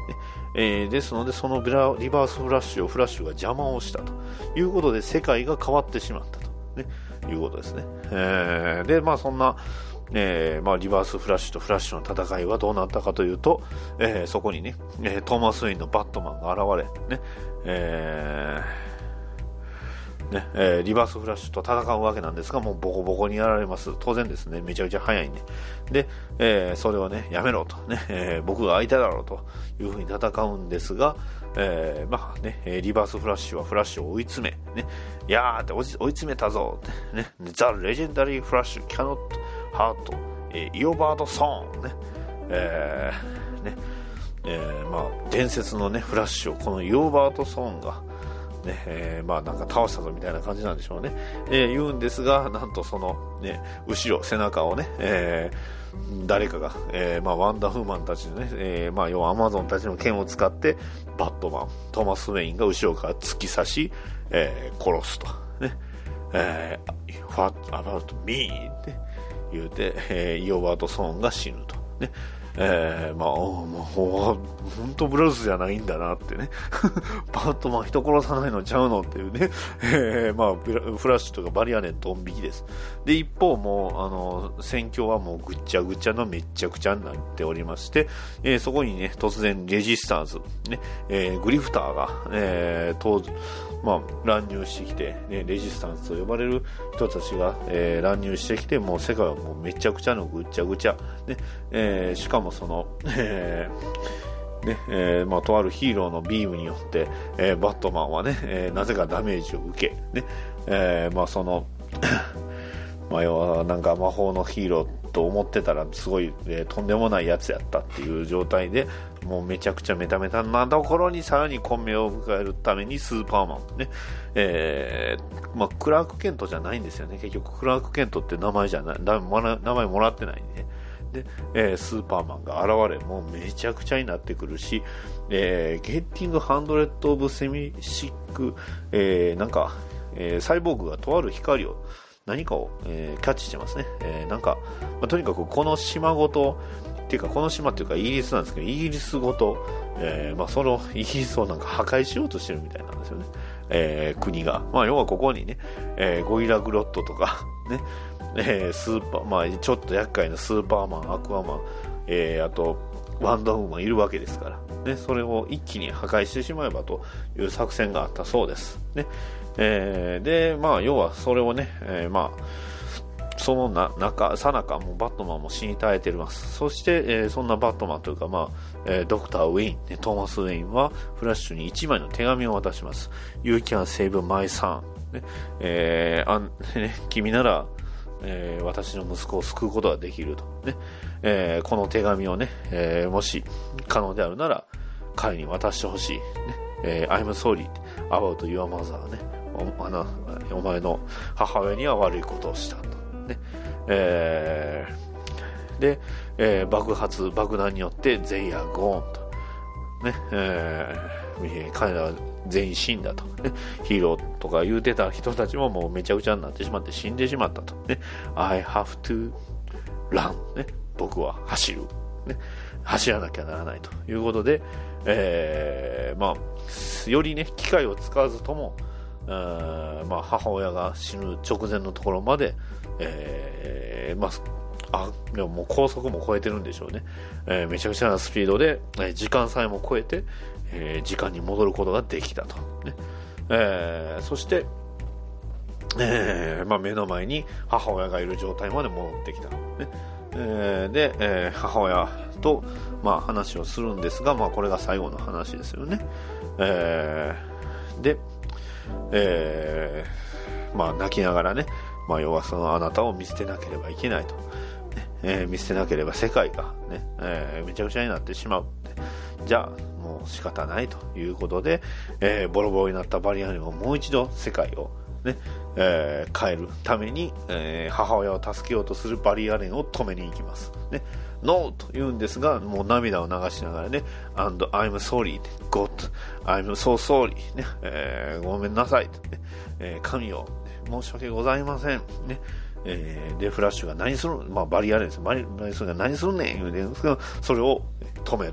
Speaker 1: えー、ですのでそのリバースフラッシュをフラッシュが邪魔をしたということで世界が変わってしまったと、ね、いうことですね。えー、でまあそんなえーまあ、リバースフラッシュとフラッシュの戦いはどうなったかというと、えー、そこにね、えー、トーマス・ウェインのバットマンが現れ、ねえーねえー、リバースフラッシュと戦うわけなんですが、もうボコボコにやられます。当然ですね、めちゃくちゃ速いんで、で、えー、それをねやめろと、ねえー、僕が相手だろうというふうに戦うんですが、えーまあね、リバースフラッシュはフラッシュを追い詰め、ね、いやーって追い詰めたぞって、ね、ザ・レジェンダリー・フラッシュ・キャノットハート、えー、イオバードソーンね、えーねえーまあ、伝説の、ね、フラッシュをこのイオバードソーンが、ねえーまあ、なんか倒したぞみたいな感じなんでしょうね、えー、言うんですが、なんとその、ね、後ろ背中をね、えー、誰かが、えーまあ、ワンダーウーマンたちのね、えーまあ、要はアマゾンたちの剣を使ってバットマントーマス・ウェインが後ろから突き刺し、えー、殺すとね、えー、What about me? って言うて、えー、イオバート・ソーンが死ぬとね、えー、まあもう本当ブルースじゃないんだなってねバットマン人殺さないのちゃうのっていうね、えー、まあフラッシュとかバリアネンドン引きです。で一方もうあの戦況はもうぐっちゃぐちゃのめっちゃくちゃになっておりまして、えー、そこにね突然レジスタンス、ねえー、グリフターが、えー、当まあ、乱入してきて、ね、レジスタンスと呼ばれる人たちが、えー、乱入してきて、もう世界はもうめちゃくちゃのぐっちゃぐちゃ、ねえー、しかもその、えーねえーまあ、とあるヒーローのビームによって、えー、バットマンはね、えー、なぜかダメージを受け、ねえーまあ、そのまあ、要はなんか魔法のヒーローと思ってたらすごい、えー、とんでもないやつやったっていう状態で、もうめちゃくちゃメタメタなところにさらに混迷を迎えるためにスーパーマンね、えーまあ、クラークケントじゃないんですよね。結局クラークケントって名前じゃない、名前もらってないんで、で、えー、スーパーマンが現れ、もうめちゃくちゃになってくるし、えー、ゲッティングハンドレッドオブセミシック、えー、なんか、えー、サイボーグがとある光を何かを、えー、キャッチしてますね。えー、なんか、まあ、とにかくこの島ごとっていうか、この島っていうかイギリスなんですけど、イギリスごと、えーまあ、そのイギリスをなんか破壊しようとしてるみたいなんですよね、えー、国が。まあ、要はここにね、えー、ゴイラグロットとかね、えー、スーパー、まあ、ちょっと厄介なスーパーマン、アクアマン、えー、あとワンダーウーマンいるわけですから、ね、それを一気に破壊してしまえばという作戦があったそうですね。えー、で、まあ、要はそれをね、えー、まあそのな中さなかもうバットマンも死に絶えています。そして、えー、そんなバットマンというか、まあえー、ドクター・ウェイン、ね、トーマス・ウェインはフラッシュにいちまいの手紙を渡します。 You can save my son、ねえーあんね、君なら、えー、私の息子を救うことができると、ねえー、この手紙をね、えー、もし可能であるなら彼に渡してほしい、ねえー、I'm sorry about your mother、ね、お, あのお前の母親には悪いことをしたと、ねえー、で、えー、爆発爆弾によって They are gone と、ねえー、彼らは全員死んだと、ね、ヒーローとか言うてた人たちももうめちゃくちゃになってしまって死んでしまったと、ね、I have to run、ね、僕は走る、ね、走らなきゃならないということで、えーまあ、よりね機械を使わずとも、あまあ、母親が死ぬ直前のところまで、えーまあ、あでももう高速も超えてるんでしょうね、えー、めちゃくちゃなスピードで、えー、時間さえも超えて、えー、時間に戻ることができたと、ねえー、そして、えーまあ、目の前に母親がいる状態まで戻ってきた、ねえー、で、えー、母親と、まあ、話をするんですが、まあ、これが最後の話ですよね、えー、で、えーまあ、泣きながらね、まあ、要はそのあなたを見捨てなければいけないと、ねえー、見捨てなければ世界が、ねえー、めちゃくちゃになってしまうって、じゃあもう仕方ないということで、えー、ボロボロになったバリアネをもう一度世界を、ねえー、変えるために、えー、母親を助けようとするバリアレンを止めに行きます、ね、ノーと言うんですが、もう涙を流しながらね And I'm sorry God I'm so sorry、ねえー、ごめんなさい、ねえー、神よ申し訳ございません、ねえー、でフラッシュが何する、まあ、バリアレンですバリアレンが何するねん言うんですが、それを止める、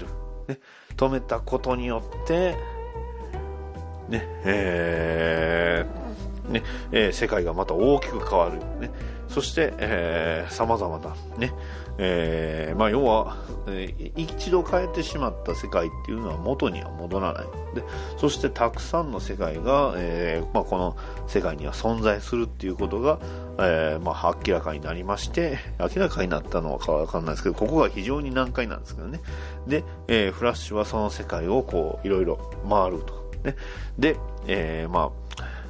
Speaker 1: ね、止めたことによってねえーねえー、世界がまた大きく変わる、ね、そしてさまざまなね、えーまあ、要は、えー、一度変えてしまった世界っていうのは元には戻らないで、そしてたくさんの世界が、えーまあ、この世界には存在するっていうことが、えーまあ、明らかになりまして、明らかになったのかわかんないですけど、ここが非常に難解なんですけどね。で、えー、フラッシュはその世界をこういろいろ回ると、ね、で、えー、まあ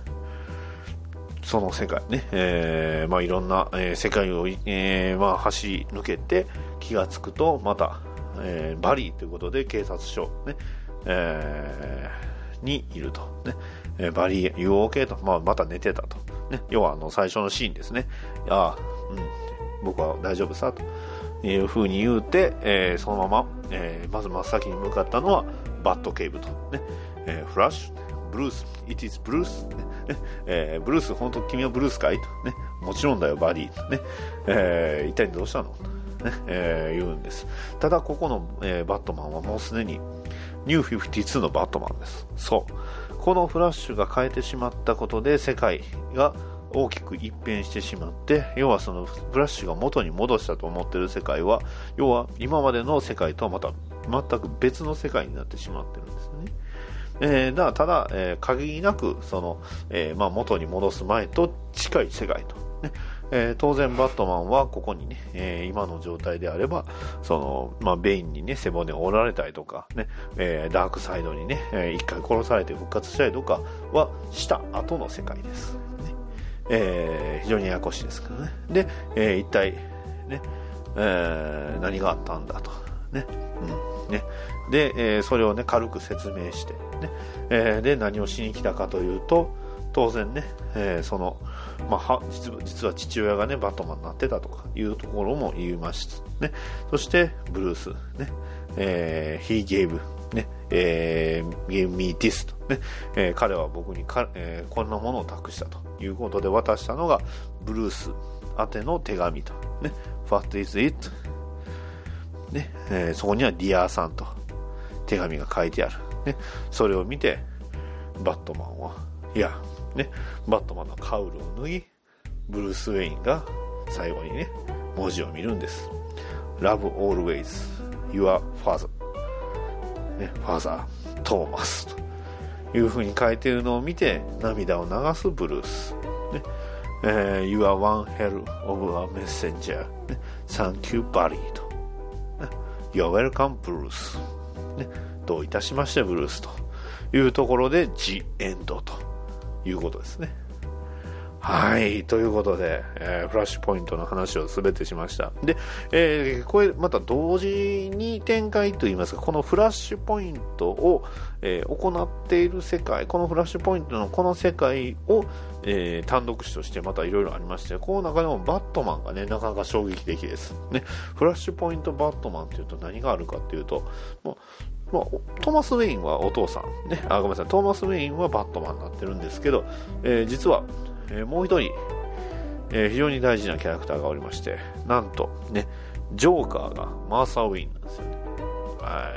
Speaker 1: その世界ね、えーまあ、いろんな、えー、世界を、えーまあ、走り抜けて気がつくとまた、えー、バリーということで警察署、ねえー、にいると、ねえー、バリー You OK と、まあ、また寝てたと、ね、要はあの最初のシーンですね。ああ、うん、僕は大丈夫さというふうに言うて、えー、そのまま、えー、まず真っ先に向かったのはバットケーブと、ねえー、フラッシュブルース It is ブルース、ねえー、ブルース本当君はブルースかいと、ね、もちろんだよバディと、ねえー、一体どうしたのと、ねえー、言うんです。ただここの、えー、バットマンはもうすでにニューフィフティツーのバットマンです。そうこのフラッシュが変えてしまったことで世界が大きく一変してしまって、要はそのフラッシュが元に戻したと思っている世界は要は今までの世界とはまた全く別の世界になってしまってるんですよね。えー、だただ、えー、限りなくその、えーまあ、元に戻す前と近い世界と、ねえー、当然バットマンはここにね、えー、今の状態であればその、まあ、ベインにね背骨を折られたりとか、ねえー、ダークサイドにね、えー、一回殺されて復活したりとかはした後の世界です、ねえー、非常にややこしいですけどね。で、えー、一体ね、えー、何があったんだとね、うんねで、えー、それをね軽く説明して、ねえー、で何をしに来たかというと当然ね、えー、その、まあ、は 実, 実は父親がねバットマンになってたとかいうところも言いましたね。そしてブルースね、えー、He gave ね、えー、gave me this とね、えー、彼は僕にか、えー、こんなものを託したということで渡したのがブルース宛ての手紙とね What is itねえー、そこにはディアーさんと手紙が書いてある、ね、それを見てバットマンはいや、ね、バットマンのカウルを脱ぎブルース・ウェインが最後にね文字を見るんです。 Love always your father、ね、father トーマスという風に書いているのを見て涙を流すブルース、ねえー、You are one hell of a messenger、ね、Thank you buddy とYou're welcome, ブルース、ね。どういたしまして、ブルースというところで、The End ということですね。はい。ということで、えー、フラッシュポイントの話をすべてしました。で、えー、これまた同時に展開といいますか、このフラッシュポイントを、えー、行っている世界、このフラッシュポイントのこの世界を、えー、単独誌としてまたいろいろありまして、この中でもバットマンがね、なかなか衝撃的です。ね、フラッシュポイントバットマンというと何があるかというと、もうまあ、トーマス・ウェインはお父さん、ね、あ、ごめんなさい、トーマス・ウェインはバットマンになってるんですけど、えー、実は、えー、もう一人、えー、非常に大事なキャラクターがおりまして、なんとね、ジョーカーがマーサー・ウェインなんですよね。はい。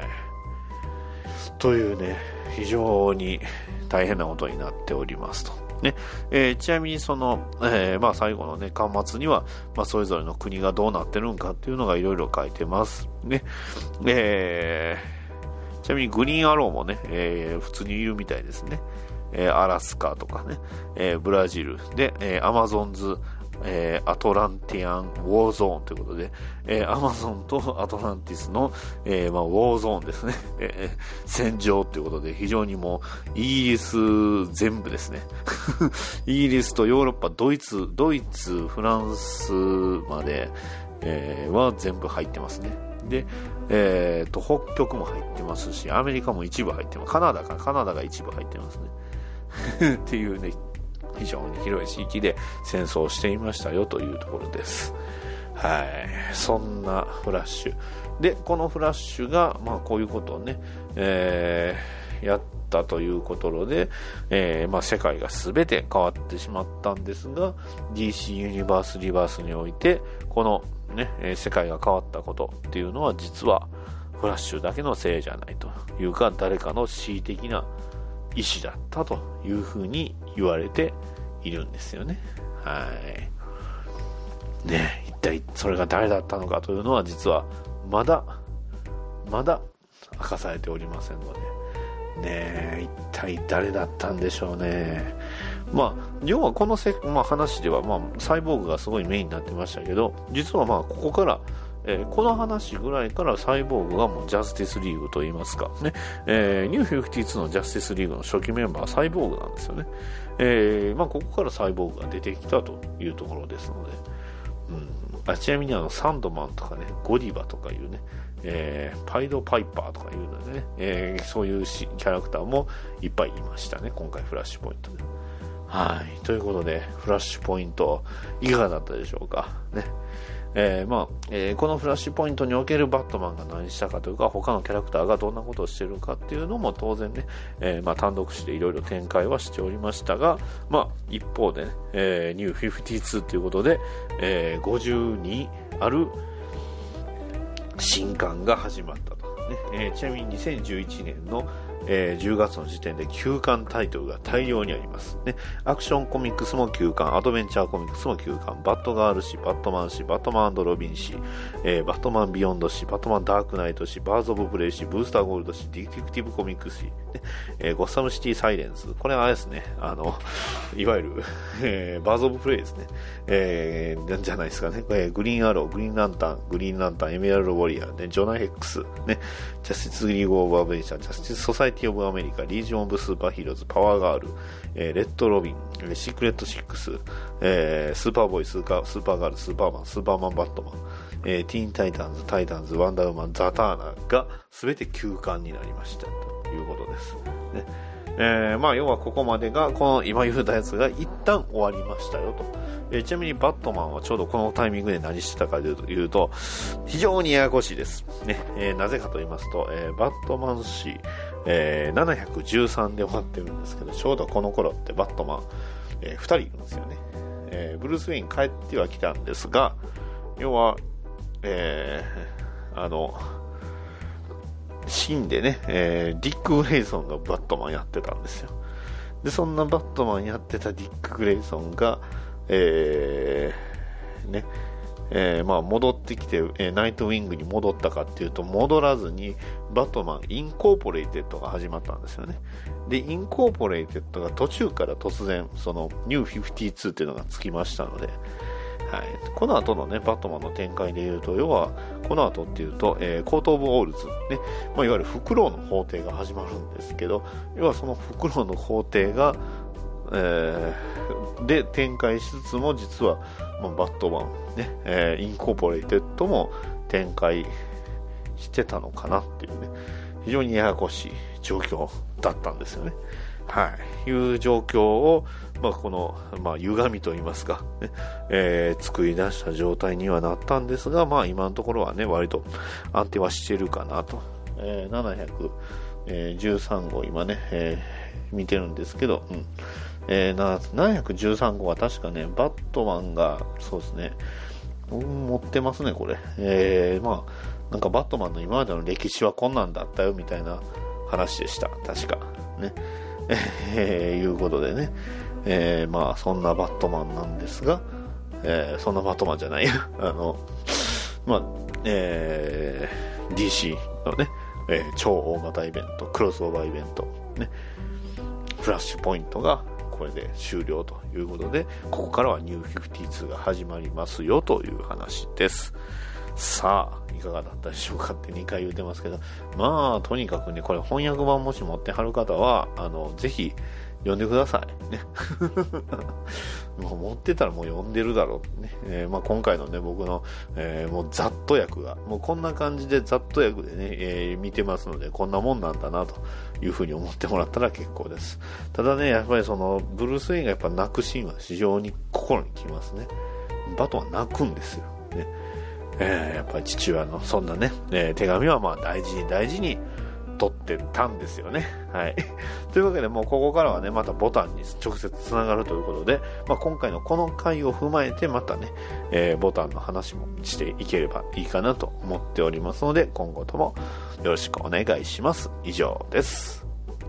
Speaker 1: というね、非常に大変なことになっておりますと。ねえー、ちなみにその、えーまあ、最後のね、巻末には、まあ、それぞれの国がどうなってるんかっていうのがいろいろ書いてますね。えー、ちなみにグリーンアローもね、えー、普通にいるみたいですね。えー、アラスカとかね、えー、ブラジルで、えー、アマゾンズ、えー、アトランティアンウォーゾーンということで、えー、アマゾンとアトランティスの、えーまあ、ウォーゾーンですね、えー、戦場ということで非常にもうイギリス全部ですねイギリスとヨーロッパ、ドイツ、ドイツ、フランスまで、えー、は全部入ってますね。で、えー、と北極も入ってますし、アメリカも一部入ってます。カナダか、カナダが一部入ってますねっていうね、非常に広い地域で戦争をしていましたよというところです。はい。そんなフラッシュ。で、このフラッシュが、まあこういうことをね、えー、やったということで、えー、まあ世界が全て変わってしまったんですが、ディーシー ユニバースリバースにおいて、このね、世界が変わったことっていうのは実は、 フラッシュだけのせいじゃないというか、誰かの恣意的な意思だったというふうに言われているんですよね。はいね、一体それが誰だったのかというのは実はまだまだ明かされておりませんのでね、一体誰だったんでしょうね。まあ要はこのせ、まあ、話では、まあ、サイボーグがすごいメインになってましたけど、実はまあここから、えー、この話ぐらいからサイボーグがもうジャスティスリーグといいますかね、えー、ニューフィフティーツーのジャスティスリーグの初期メンバーはサイボーグなんですよね。えーまあ、ここからサイボーグが出てきたというところですので、うん、あちなみにあのサンドマンとかね、ゴディバとかいうね、えー、パイドパイパーとかいうのでね、えー、そういうキャラクターもいっぱいいましたね、今回フラッシュポイントで。はい、ということでフラッシュポイントいかがだったでしょうかね。えーまあえー、このフラッシュポイントにおけるバットマンが何したかというか、他のキャラクターがどんなことをしているかっていうのも当然ね、えーまあ、単独していろいろ展開はしておりましたが、まあ、一方でね、えー、ニューフィフティーツーということで、えー、ごじゅうにある新刊が始まったと、ねえー、ちなみににせんじゅういちねんのえー、じゅうがつの時点できゅうかんタイトルが大量にあります、ね、アクションコミックスもきゅうかん、アドベンチャーコミックスもきゅうかん、バットガール誌、バットマン誌、バットマン&ロビン誌、えー、バットマンビヨンド誌、バットマンダークナイト誌、バーズオブプレイ誌、ブースターゴールド誌、ディテクティブコミックス誌、ねえー、ゴッサムシティサイレンス、これはあれですね、あのいわゆる、えー、バーズオブプレイですね、えー、じゃないですかね、えー、グリーンアロー、グリーンランタン、グリーンランタン、エメラルドウォリアー、ね、ジョナヘックス、ね、ジャスティスリーグオブアメリカ、ジャスティスソサイティオブアメリカ、リージョンオブスーパーヒーローズ、パワーガール、えー、レッドロビン、シークレットシックス、えー、スーパーボーイ、スーパー、スーパーガール、スーパーマン、スーパーマンバットマン、えー、ティーンタイタンズ、タイタンズ、ワンダーウーマン、ザ・ターナーが全て休刊になりましたということです、ねえー、まあ要はここまでがこの今言ったやつが一旦終わりましたよと。えー、ちなみにバットマンはちょうどこのタイミングで何してたかというと非常にややこしいです、ねえー、なぜかと言いますと、えー、バットマン誌、えー、ななひゃくじゅうさんで終わってるんですけど、ちょうどこの頃ってバットマン、えー、ふたりいるんですよね、えー、ブルース・ウェイン帰ってはきたんですが、要は、えー、あの死んでね、えー、ディック・グレイソンがバットマンやってたんですよ。でそんなバットマンやってたディック・グレイソンがえーねえーまあ、戻ってきて、えー、ナイトウィングに戻ったかっていうと戻らずにバットマンインコーポレイテッドが始まったんですよね。でインコーポレイテッドが途中から突然そのニューフィフティーツーっていうのがつきましたので、はい、この後のねバットマンの展開でいうと、要はこの後っていうと、えー、コートオブオールズ、ねまあ、いわゆるフクロウの法廷が始まるんですけど、要はそのフクロウの法廷がえー、で展開しつつも実は、まあ、バットマン、ねえー、インコーポレイテッドも展開してたのかなっていうね、非常にややこしい状況だったんですよね。はい、いう状況を、まあ、この、まあ、歪みといいますか、ねえー、作り出した状態にはなったんですが、まあ、今のところはね割と安定はしてるかなと、えー、ななひゃくじゅうさんごう今ね、えー、見てるんですけど、うんえー、なななひゃくじゅうさんごうは確かねバットマンがそうですね、うん、持ってますねこれ、えー、まあなんかバットマンの今までの歴史はこんなんだったよみたいな話でした確かね、えー、いうことでね、えー、まあそんなバットマンなんですが、えー、そんなバットマンじゃないあのまあえー、ディーシー のね、えー、超大型イベントクロスオーバーイベントねフラッシュポイントがこれで終了ということで、ここからはニューフィフティーツーが始まりますよという話です。さあいかがだったでしょうかってにかい言ってますけど、まあとにかくねこれ翻訳版もし持ってはる方はあのぜひ読んでくださいねもう持ってたらもう読んでるだろうね、えーまあ、今回のね僕の、えー、もうざっと訳がもうこんな感じでざっと訳でね、えー、見てますのでこんなもんなんだなというふうに思ってもらったら結構です。ただねやっぱりそのブルース・ウェインがやっぱ泣くシーンは非常に心にきますね。バトは泣くんですよね、えー、やっぱり父親のそんなね、えー、手紙はまあ大事に大事に撮ってたんですよね。はい。というわけで、もうここからはね、またボタンに直接つながるということで、まあ、今回のこの回を踏まえて、またね、えー、ボタンの話もしていければいいかなと思っておりますので、今後ともよろしくお願いします。以上です。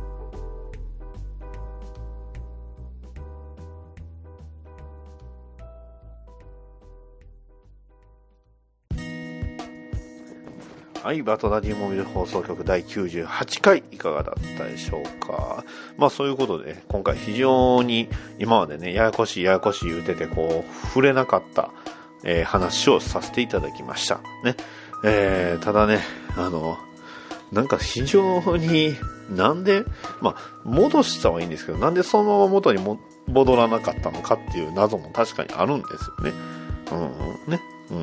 Speaker 1: はい、バトダディモビル放送局だいきゅうじゅうはちかいいかがだったでしょうか。まあそういうことで、今回非常に今までね、ややこしいややこしい言うてて、こう、触れなかった、えー、話をさせていただきました。ね。えー、ただね、あの、なんか非常に、なんで、まあ、戻したはいいんですけど、なんでそのまま元にも戻らなかったのかっていう謎も確かにあるんですよね。うん、うん、ね。うん、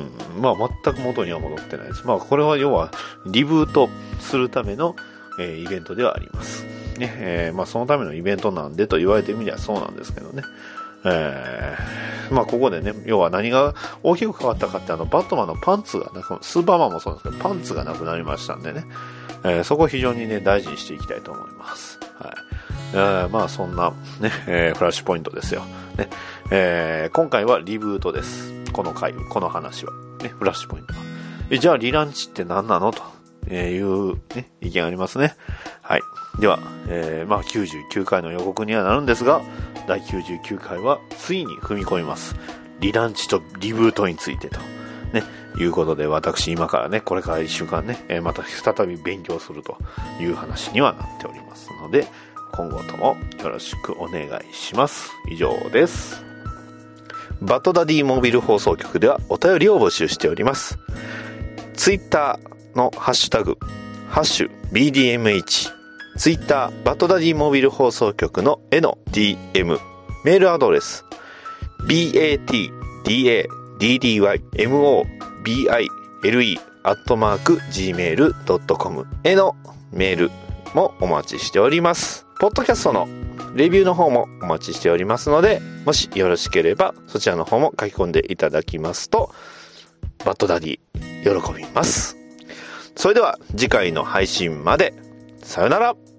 Speaker 1: まあ全く元には戻ってないです。まあこれは要はリブートするための、えー、イベントではあります。ね、えー、まあそのためのイベントなんでと言われてみりゃそうなんですけどね。えー、まあここでね、要は何が大きく変わったかって、あのバットマンのパンツがね、スーパーマンもそうですけど、パンツがなくなりましたんでね、えー、そこを非常にね、大事にしていきたいと思います。はい。えー、まあそんなね、えー、フラッシュポイントですよ。ね、えー、今回はリブートです。この回、この話は。ね、フラッシュポイントは。え、じゃあリランチって何なのという、ね、意見ありますね。はい。では、えー、まあきゅうじゅうきゅうかいの予告にはなるんですが、だいきゅうじゅうきゅうかいはついに踏み込みます。リランチとリブートについてと。ね、いうことで、私今からね、これからいっしゅうかんね、えー、また再び勉強するという話にはなっておりますので、今後ともよろしくお願いします。以上です。バトダディモビル放送局ではお便りを募集しております。ツイッターのハッシュタグ、ハッシュ ビーディーエムエイチ、ツイッターバトダディモビル放送局のへの ディーエム、メールアドレス、バトダディモビル アットマーク ジーメール ドットコム へのメールもお待ちしております。ポッドキャストのレビューの方もお待ちしておりますので、もしよろしければそちらの方も書き込んでいただきますと、バッドダディ喜びます。それでは次回の配信まで、さよなら。